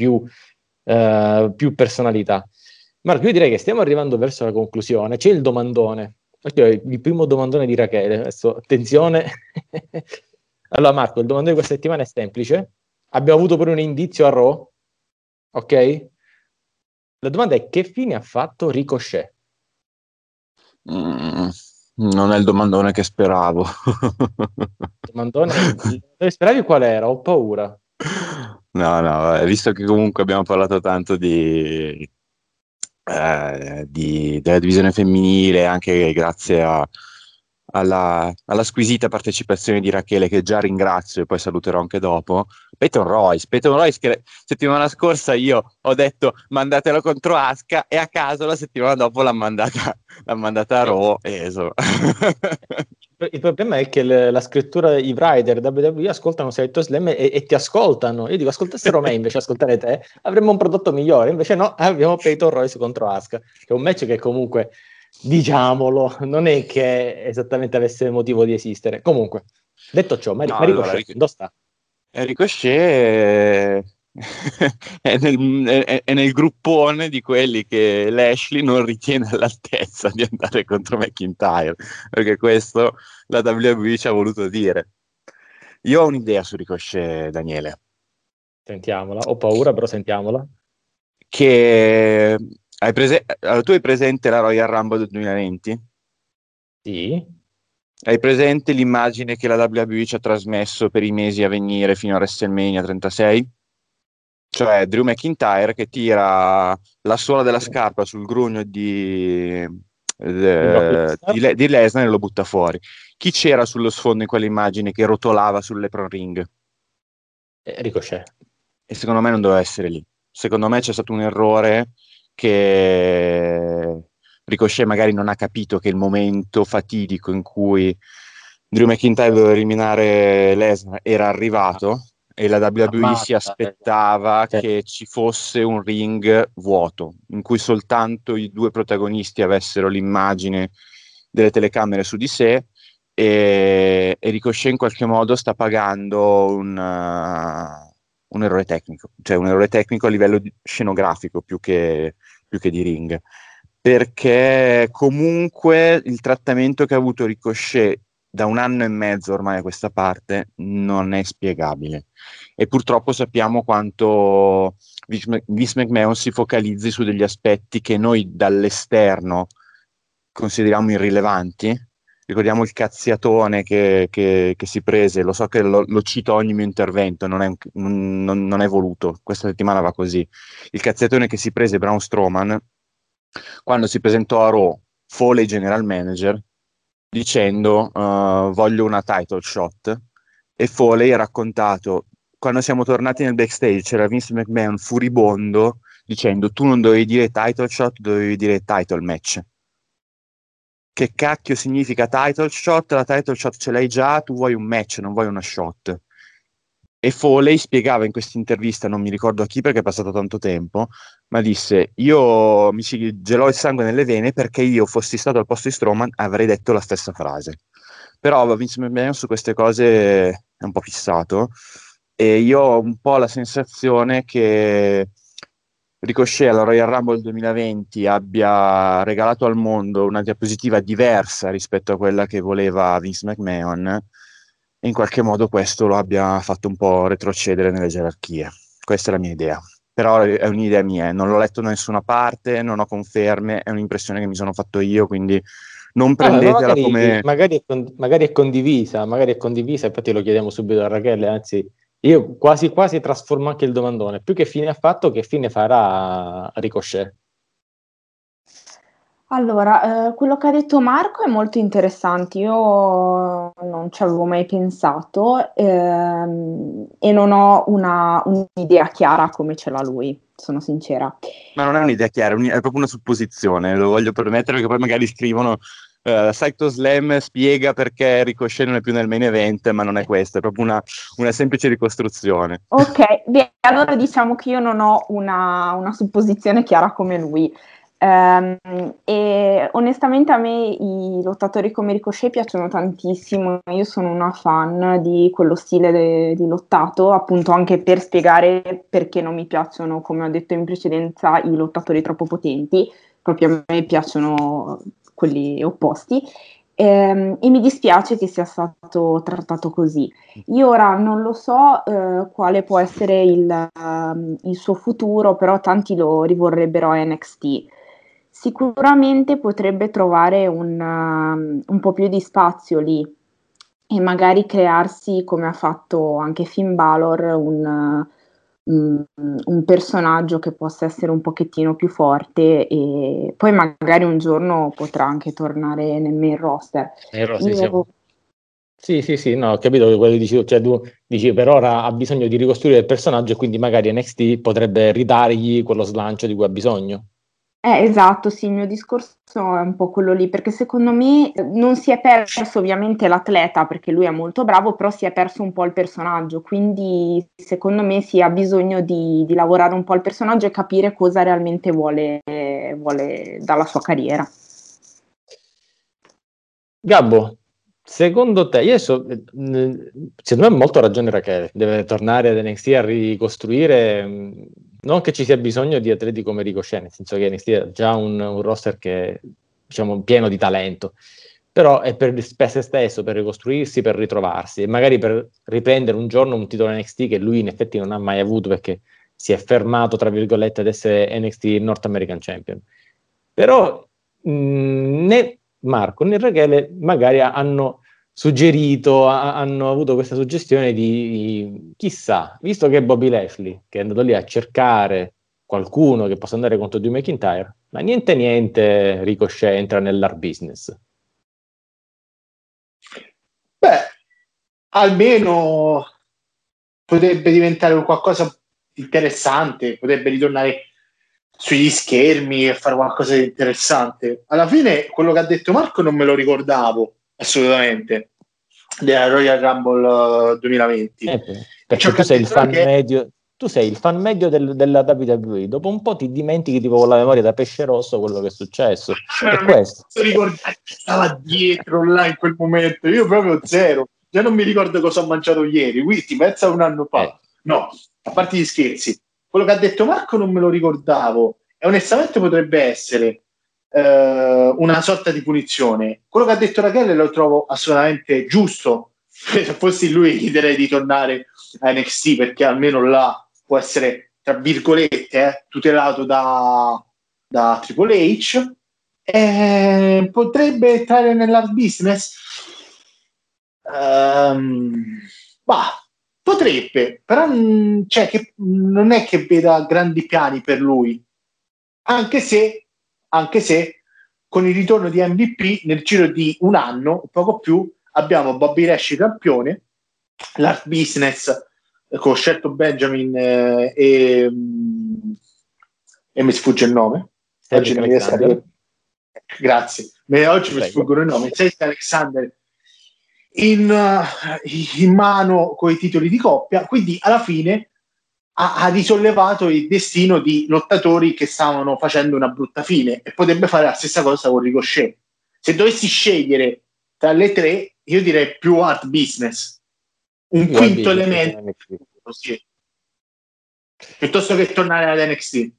più personalità. Marco, io direi che stiamo arrivando verso la conclusione. C'è il domandone. Ok, il primo domandone di Rachele. Adesso, attenzione. Allora, Marco, il domandone di questa settimana è semplice. Abbiamo avuto pure un indizio a Raw, ok? La domanda è: che fine ha fatto Ricochet? Non è il domandone che speravo. Domandone, speravi qual era? Ho paura. No, no, visto che comunque abbiamo parlato tanto della divisione femminile, anche grazie alla squisita partecipazione di Rachele, che già ringrazio e poi saluterò anche dopo. Peyton Royce che settimana scorsa io ho detto mandatelo contro Asuka e a caso la settimana dopo l'ha mandata a Raw e insomma. Il problema è che la scrittura, i writer WWE ascoltano Seletto Slam e ti ascoltano. Io dico, ascoltassero me invece ascoltare te, avremmo un prodotto migliore. Invece no, abbiamo Peyton Royce contro Asuka, che è un match che comunque, diciamolo, non è che esattamente avesse motivo di esistere. Comunque, detto ciò, No, allora, Ricochet, dove sta? Ricochet è nel gruppone di quelli che Lashley non ritiene all'altezza di andare contro McIntyre, perché questo la WWE ci ha voluto dire. Io ho un'idea su Ricochet, Daniele, Sentiamola, ho paura, però sentiamola. che allora, tu hai presente la Royal Rumble del 2020? Sì, Hai presente l'immagine che la WWE ci ha trasmesso per i mesi a venire fino a WrestleMania 36? Cioè Drew McIntyre che tira la suola della scarpa sul grugno di Brock Lesnar, di Lesnar e lo butta fuori. Chi c'era sullo sfondo in quell'immagine che rotolava sull'apron ring? Ricochet. E secondo me non doveva essere lì. Secondo me c'è stato un errore che Ricochet magari non ha capito che il momento fatidico in cui Drew McIntyre doveva eliminare Lesnar era arrivato e la WWE si Ammazza, aspettava cioè, che ci fosse un ring vuoto, in cui soltanto i due protagonisti avessero l'immagine delle telecamere su di sé e Ricochet in qualche modo sta pagando un errore tecnico, cioè un errore tecnico a livello scenografico più che di ring, perché comunque il trattamento che ha avuto Ricochet da 1 anno e mezzo ormai a questa parte non è spiegabile e purtroppo sappiamo quanto Vince McMahon si focalizzi su degli aspetti che noi dall'esterno consideriamo irrilevanti. Ricordiamo il cazziatone che si prese, lo so che lo cito a ogni mio intervento, non è voluto, questa settimana va così. Il cazziatone che si prese Braun Strowman quando si presentò a Raw, Foley general manager, dicendo voglio una title shot, e Foley ha raccontato quando siamo tornati nel backstage c'era Vince McMahon furibondo dicendo tu non dovevi dire title shot, dovevi dire title match. Che cacchio significa title shot? La title shot ce l'hai già, tu vuoi un match, non vuoi una shot. E Foley spiegava in questa intervista, non mi ricordo a chi perché è passato tanto tempo, ma disse: io mi si gelò il sangue nelle vene perché io fossi stato al posto di Strowman avrei detto la stessa frase. Però Vince McMahon su queste cose è un po' fissato, e io ho un po' la sensazione che Ricochet alla Royal Rumble 2020 abbia regalato al mondo una diapositiva diversa rispetto a quella che voleva Vince McMahon, e in qualche modo questo lo abbia fatto un po' retrocedere nelle gerarchie. Questa è la mia idea. Però è un'idea mia, non l'ho letto da nessuna parte, non ho conferme, è un'impressione che mi sono fatto io, quindi non Vabbè, ma prendetela come... magari è condivisa, infatti lo chiediamo subito a Rachele, anzi io quasi quasi trasformo anche il domandone, più che fine ha fatto, che fine farà Ricochet? Allora, quello che ha detto Marco è molto interessante, io non ci avevo mai pensato e non ho un'idea chiara come ce l'ha lui, sono sincera. Ma non è un'idea chiara, è proprio una supposizione, lo voglio permettere perché poi magari scrivono Saito Slam spiega perché Ricochet non è più nel main event, ma non è questo, è proprio una semplice ricostruzione. Ok, beh, allora diciamo che io non ho una supposizione chiara come lui. E onestamente a me i lottatori come Ricochet piacciono tantissimo, io sono una fan di quello stile di lottato, appunto anche per spiegare perché non mi piacciono, come ho detto in precedenza, i lottatori troppo potenti, proprio a me piacciono quelli opposti. E mi dispiace che sia stato trattato così. Io ora non lo so quale può essere il suo futuro, però tanti lo rivorrebbero a NXT. Sicuramente potrebbe trovare un po' più di spazio lì e magari crearsi, come ha fatto anche Finn Balor, un personaggio che possa essere un pochettino più forte e poi magari un giorno potrà anche tornare nel main roster. Sì, Io sì, sì, sì, no, ho capito quello che dici tu, cioè tu dici per ora ha bisogno di ricostruire il personaggio e quindi magari NXT potrebbe ridargli quello slancio di cui ha bisogno. Esatto, sì, il mio discorso è un po' quello lì, perché secondo me non si è perso ovviamente l'atleta, perché lui è molto bravo, però si è perso un po' il personaggio, quindi secondo me si ha bisogno di lavorare un po' il personaggio e capire cosa realmente vuole dalla sua carriera. Gabbo, secondo te, io secondo me ha molto ragione Rachele, deve tornare ad NXT a ricostruire, non che ci sia bisogno di atleti come Ricochet, nel senso che NXT ha già un roster che è, diciamo, pieno di talento, però è per se stesso, per ricostruirsi, per ritrovarsi e magari per riprendere un giorno un titolo NXT che lui in effetti non ha mai avuto perché si è fermato, tra virgolette, ad essere NXT North American Champion. Però né Marco né Rachele magari hanno suggerito, hanno avuto questa suggestione di chissà, visto che Bobby Lashley, che è andato lì a cercare qualcuno che possa andare contro Drew McIntyre, ma niente niente Ricochet entra nell'art business. Beh, almeno potrebbe diventare qualcosa di interessante, potrebbe ritornare sugli schermi e fare qualcosa di interessante. Alla fine, quello che ha detto Marco non me lo ricordavo assolutamente della Royal Rumble 2020. E ciò Perché che tu ha sei il detto fan che medio, tu sei il fan medio della WWE. Dopo un po' ti dimentichi tipo con la memoria da pesce rosso quello che è successo. È non mi questo. posso ricordare chi stava dietro là in quel momento. Io proprio zero. Già non mi ricordo cosa ho mangiato ieri. Quindi pensa un anno fa. No, a parte gli scherzi. Quello che ha detto Marco non me lo ricordavo e onestamente potrebbe essere una sorta di punizione. Quello che ha detto Rachele lo trovo assolutamente giusto. Se fossi lui chiederei di tornare a NXT perché almeno là può essere, tra virgolette, tutelato da Triple H. Potrebbe entrare nell'art business? Bah, potrebbe, però cioè, che, non è che veda grandi piani per lui, anche se con il ritorno di MVP nel giro di un anno, poco più, abbiamo Bobby Lashley campione, l'Art Business con Shelton Benjamin e mi sfugge il nome. Oggi non mi riesco a ricordare. Grazie, oggi mi sfuggono i nomi. Cedric Alexander in mano con i titoli di coppia, quindi alla fine ha risollevato il destino di lottatori che stavano facendo una brutta fine, e potrebbe fare la stessa cosa con Ricochet. Se dovessi scegliere tra le tre, io direi più Art Business, un quinto elemento così, piuttosto che tornare ad NXT.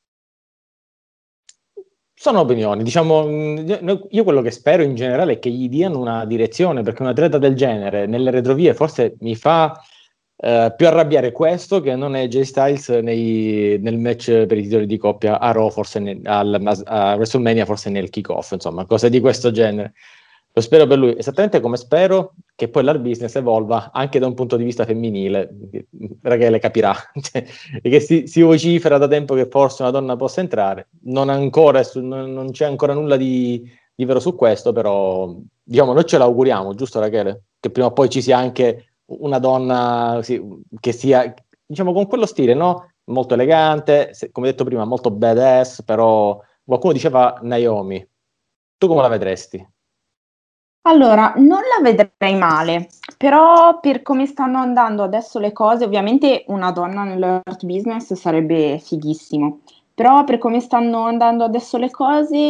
Sono opinioni, diciamo, io quello che spero in generale è che gli diano una direzione, perché un atleta del genere nelle retrovie forse mi fa più arrabbiare questo che non è Jay Styles nel match per i titoli di coppia a Raw, forse a WrestleMania, forse nel kick-off, insomma, cose di questo genere. Lo spero per lui, esattamente come spero che poi l'art business evolva anche da un punto di vista femminile. Rachele capirà, che si vocifera da tempo che forse una donna possa entrare, non c'è ancora nulla di vero su questo, però diciamo noi ce l'auguriamo, giusto Rachele? Che prima o poi ci sia anche una donna che sia, diciamo, con quello stile, no? Molto elegante, come detto prima, molto badass, però qualcuno diceva Naomi. Tu come la vedresti? Allora, non la vedrei male, però per come stanno andando adesso le cose, ovviamente una donna nell'art business sarebbe fighissimo, però per come stanno andando adesso le cose,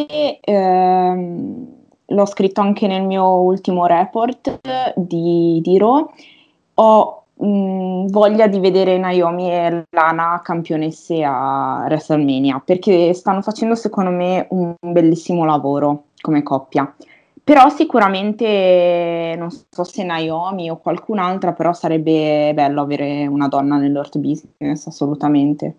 l'ho scritto anche nel mio ultimo report di Raw, ho voglia di vedere Naomi e Lana campionesse a WrestleMania, perché stanno facendo secondo me un bellissimo lavoro come coppia. Però sicuramente, non so se Naomi o qualcun'altra, però sarebbe bello avere una donna nell'art business, assolutamente.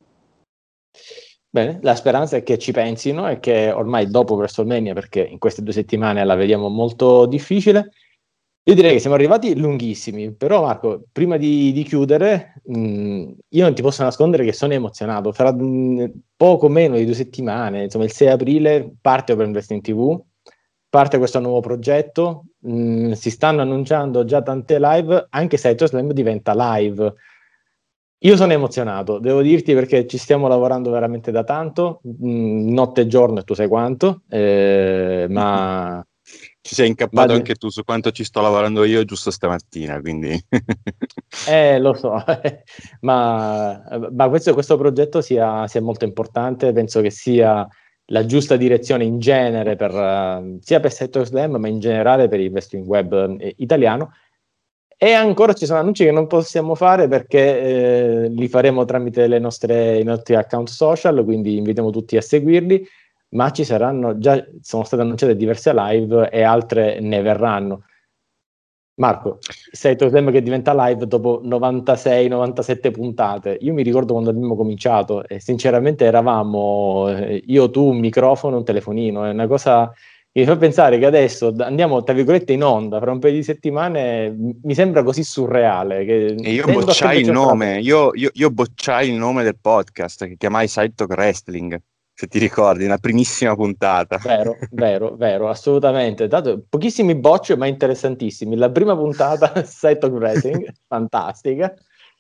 Bene, la speranza è che ci pensino e che ormai dopo WrestleMania, perché in queste 2 settimane la vediamo molto difficile, io direi che siamo arrivati lunghissimi, però Marco, prima di chiudere, io non ti posso nascondere che sono emozionato. Fra poco meno di 2 settimane, insomma il 6 aprile, parte Open Wrestling TV, parte questo nuovo progetto, si stanno annunciando già tante live, anche se SummerSlam diventa live. Io sono emozionato, devo dirti, perché ci stiamo lavorando veramente da tanto, notte e giorno e tu sai quanto, ma... Ci sei incappato anche tu su quanto ci sto lavorando io giusto stamattina, quindi... Lo so, ma questo progetto sia molto importante, penso che sia la giusta direzione in genere sia per SummerSlam, ma in generale per il wrestling web italiano. E ancora ci sono annunci che non possiamo fare perché li faremo tramite i nostri account social, quindi invitiamo tutti a seguirli, ma ci saranno, già sono state annunciate diverse live e altre ne verranno. Marco, sei tu che diventa live dopo 96-97 puntate. Io mi ricordo quando abbiamo cominciato e sinceramente eravamo io, tu, un microfono, un telefonino. È una cosa che mi fa pensare che adesso andiamo, tra virgolette, in onda fra un paio di settimane. Mi sembra così surreale. Che e io bocciai il nome, io bocciai il nome del podcast che chiamai Side Talk Wrestling, se ti ricordi, una primissima puntata. Vero, assolutamente. Dato pochissimi bocci, ma interessantissimi. La prima puntata, Side Talk Wrestling, fantastica,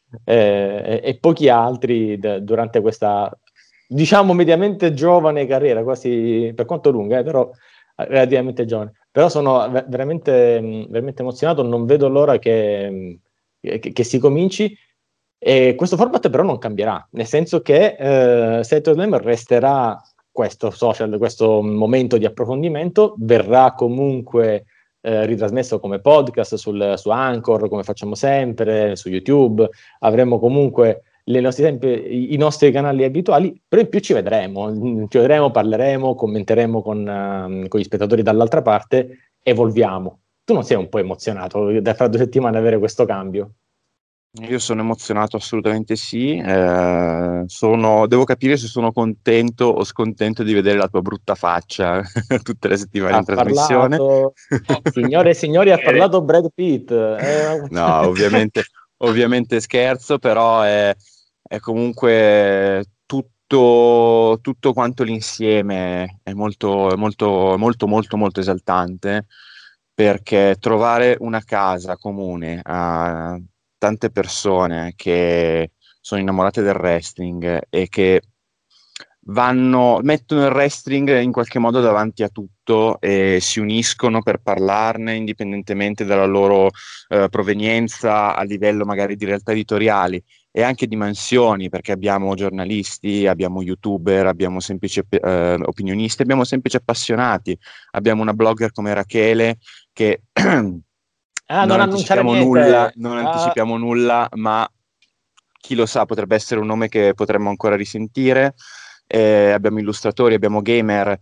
e pochi altri durante questa, diciamo, mediamente giovane carriera, quasi, per quanto lunga, però relativamente giovane. Però sono veramente, veramente emozionato, non vedo l'ora che si cominci. E questo format però non cambierà, nel senso che SummerSlam resterà questo social, questo momento di approfondimento, verrà comunque ritrasmesso come podcast su Anchor, come facciamo sempre, su YouTube, avremo comunque i nostri canali abituali, però in più ci vedremo, parleremo, commenteremo con gli spettatori dall'altra parte, evolviamo. Tu non sei un po' emozionato da fra 2 settimane avere questo cambio? Io sono emozionato, assolutamente sì. Devo capire se sono contento o scontento di vedere la tua brutta faccia tutte le settimane in trasmissione. Signore e signori, ha parlato Brad Pitt. No, ovviamente scherzo, però è comunque tutto quanto l'insieme è molto, molto, molto, molto, molto esaltante, perché trovare una casa comune a tante persone che sono innamorate del wrestling e che mettono il wrestling in qualche modo davanti a tutto e si uniscono per parlarne indipendentemente dalla loro provenienza a livello magari di realtà editoriali e anche di mansioni, perché abbiamo giornalisti, abbiamo youtuber, abbiamo semplici opinionisti, abbiamo semplici appassionati, abbiamo una blogger come Rachele che Non annunciare niente. non anticipiamo nulla, ma chi lo sa, potrebbe essere un nome che potremmo ancora risentire. Abbiamo illustratori, abbiamo gamer,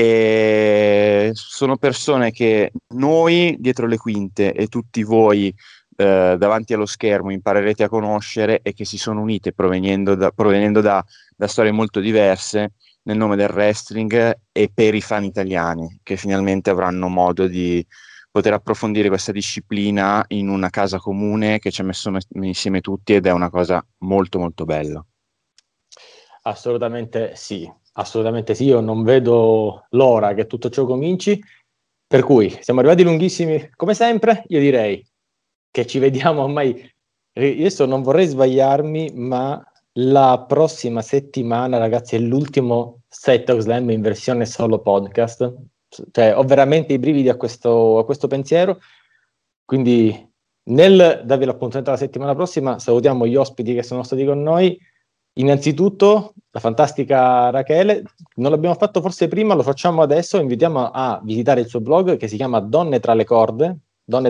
e sono persone che noi dietro le quinte e tutti voi davanti allo schermo imparerete a conoscere e che si sono unite provenendo da storie molto diverse nel nome del wrestling e per i fan italiani che finalmente avranno modo di poter approfondire questa disciplina in una casa comune che ci ha messo insieme tutti ed è una cosa molto molto bella. Assolutamente sì, assolutamente sì, io non vedo l'ora che tutto ciò cominci, per cui siamo arrivati lunghissimi, come sempre io direi che ci vediamo ormai, adesso non vorrei sbagliarmi, ma la prossima settimana, ragazzi, è l'ultimo Set Talk Slam in versione solo podcast, cioè ho veramente i brividi a questo pensiero, quindi nel darvi l'appuntamento la settimana prossima salutiamo gli ospiti che sono stati con noi. Innanzitutto la fantastica Rachele, non l'abbiamo fatto forse prima, lo facciamo adesso, invitiamo a visitare il suo blog che si chiama Donne tra le corde,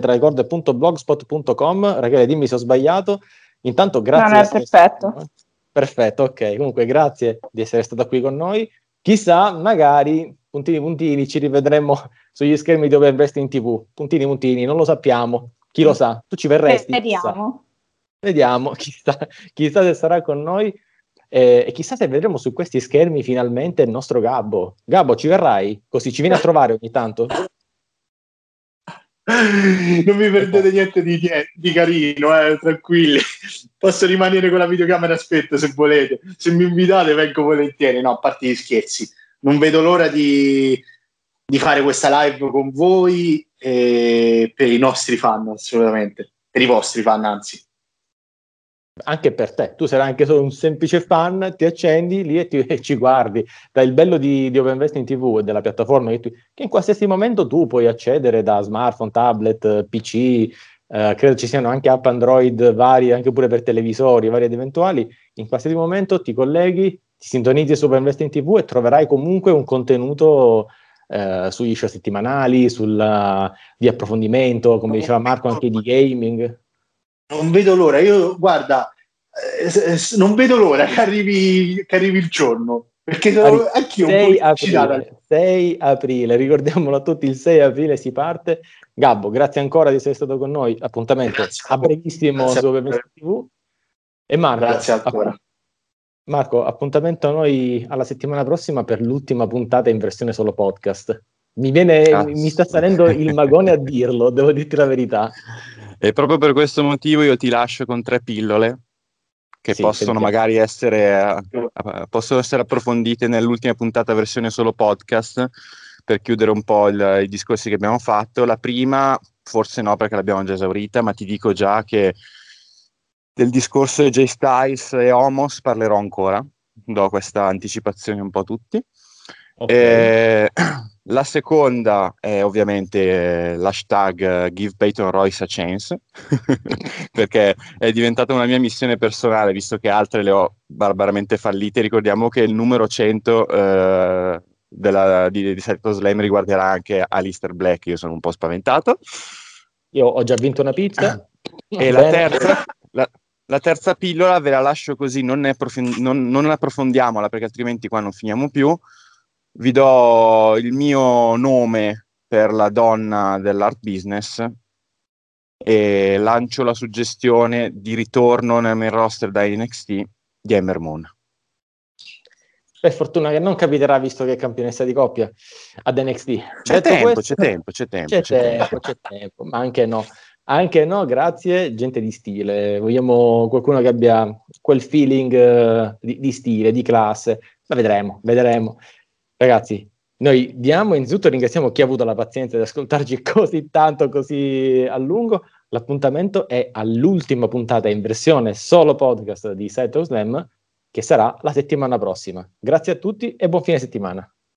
donnetralecorde.blogspot.com. Rachele, dimmi se ho sbagliato. Intanto grazie Non è perfetto. Perfetto, ok. Comunque grazie di essere stata qui con noi. Chissà, magari, puntini puntini, ci rivedremo sugli schermi di Open Wrestling TV. Puntini puntini, non lo sappiamo. Chi lo sa? Tu ci verresti? Vediamo. Vediamo, chissà se sarà con noi. E chissà se vedremo su questi schermi finalmente il nostro Gabbo. Gabbo, ci verrai? Così ci vieni a trovare ogni tanto? Non mi perdete niente di carino, tranquilli. Posso rimanere con la videocamera, aspetto se volete. Se mi invitate vengo volentieri. No, a parte gli scherzi, non vedo l'ora di fare questa live con voi per i nostri fan, assolutamente. Per i vostri fan, anzi. Anche per te, tu sarai anche solo un semplice fan, ti accendi lì e ci guardi. Il bello di Open Wrestling TV e della piattaforma che in qualsiasi momento tu puoi accedere da smartphone, tablet, PC, credo ci siano anche app Android varie, anche pure per televisori, vari ed eventuali. In qualsiasi momento ti colleghi, ti sintonizzi su Open Wrestling TV e troverai comunque un contenuto sugli show settimanali, di approfondimento, come diceva Marco, anche di gaming. Non vedo l'ora, io guarda, non vedo l'ora che arrivi il giorno, perché sono anch'io un po' eccitata. 6 aprile, ricordiamolo a tutti, il 6 aprile si parte. Gabbo, grazie ancora di essere stato con noi, appuntamento a brevissimo su Open Wrestling TV. E Marco, grazie ancora. Marco, appuntamento a noi alla settimana prossima per l'ultima puntata in versione solo podcast. Mi sta salendo il magone a dirlo, devo dirti la verità. E proprio per questo motivo io ti lascio con 3 pillole che possono magari possono essere approfondite nell'ultima puntata versione solo podcast per chiudere un po' i discorsi che abbiamo fatto. La prima, forse no perché l'abbiamo già esaurita, ma ti dico già che del discorso di Jay Styles e Omos parlerò ancora, do questa anticipazione un po' a tutti. Okay. La seconda è ovviamente l'hashtag Give Peyton Royce a Chance perché è diventata una mia missione personale, visto che altre le ho barbaramente fallite. Ricordiamo che il numero 100 di Set Slam riguarderà anche Aleister Black. Io sono un po' spaventato. Io ho già vinto una pizza. E la terza pillola ve la lascio così, non approfondiamola perché altrimenti qua non finiamo più. Vi do il mio nome per la donna dell'art business e lancio la suggestione di ritorno nel main roster da NXT di Ember Moon. Per fortuna che non capiterà, visto che è campionessa di coppia ad NXT. C'è tempo, ma anche no. Anche no, grazie, gente di stile. Vogliamo qualcuno che abbia quel feeling di stile, di classe. Ma vedremo. Ragazzi, noi diamo, innanzitutto ringraziamo chi ha avuto la pazienza di ascoltarci così tanto, così a lungo. L'appuntamento è all'ultima puntata in versione solo podcast di Side Talk Slam, che sarà la settimana prossima. Grazie a tutti e buon fine settimana.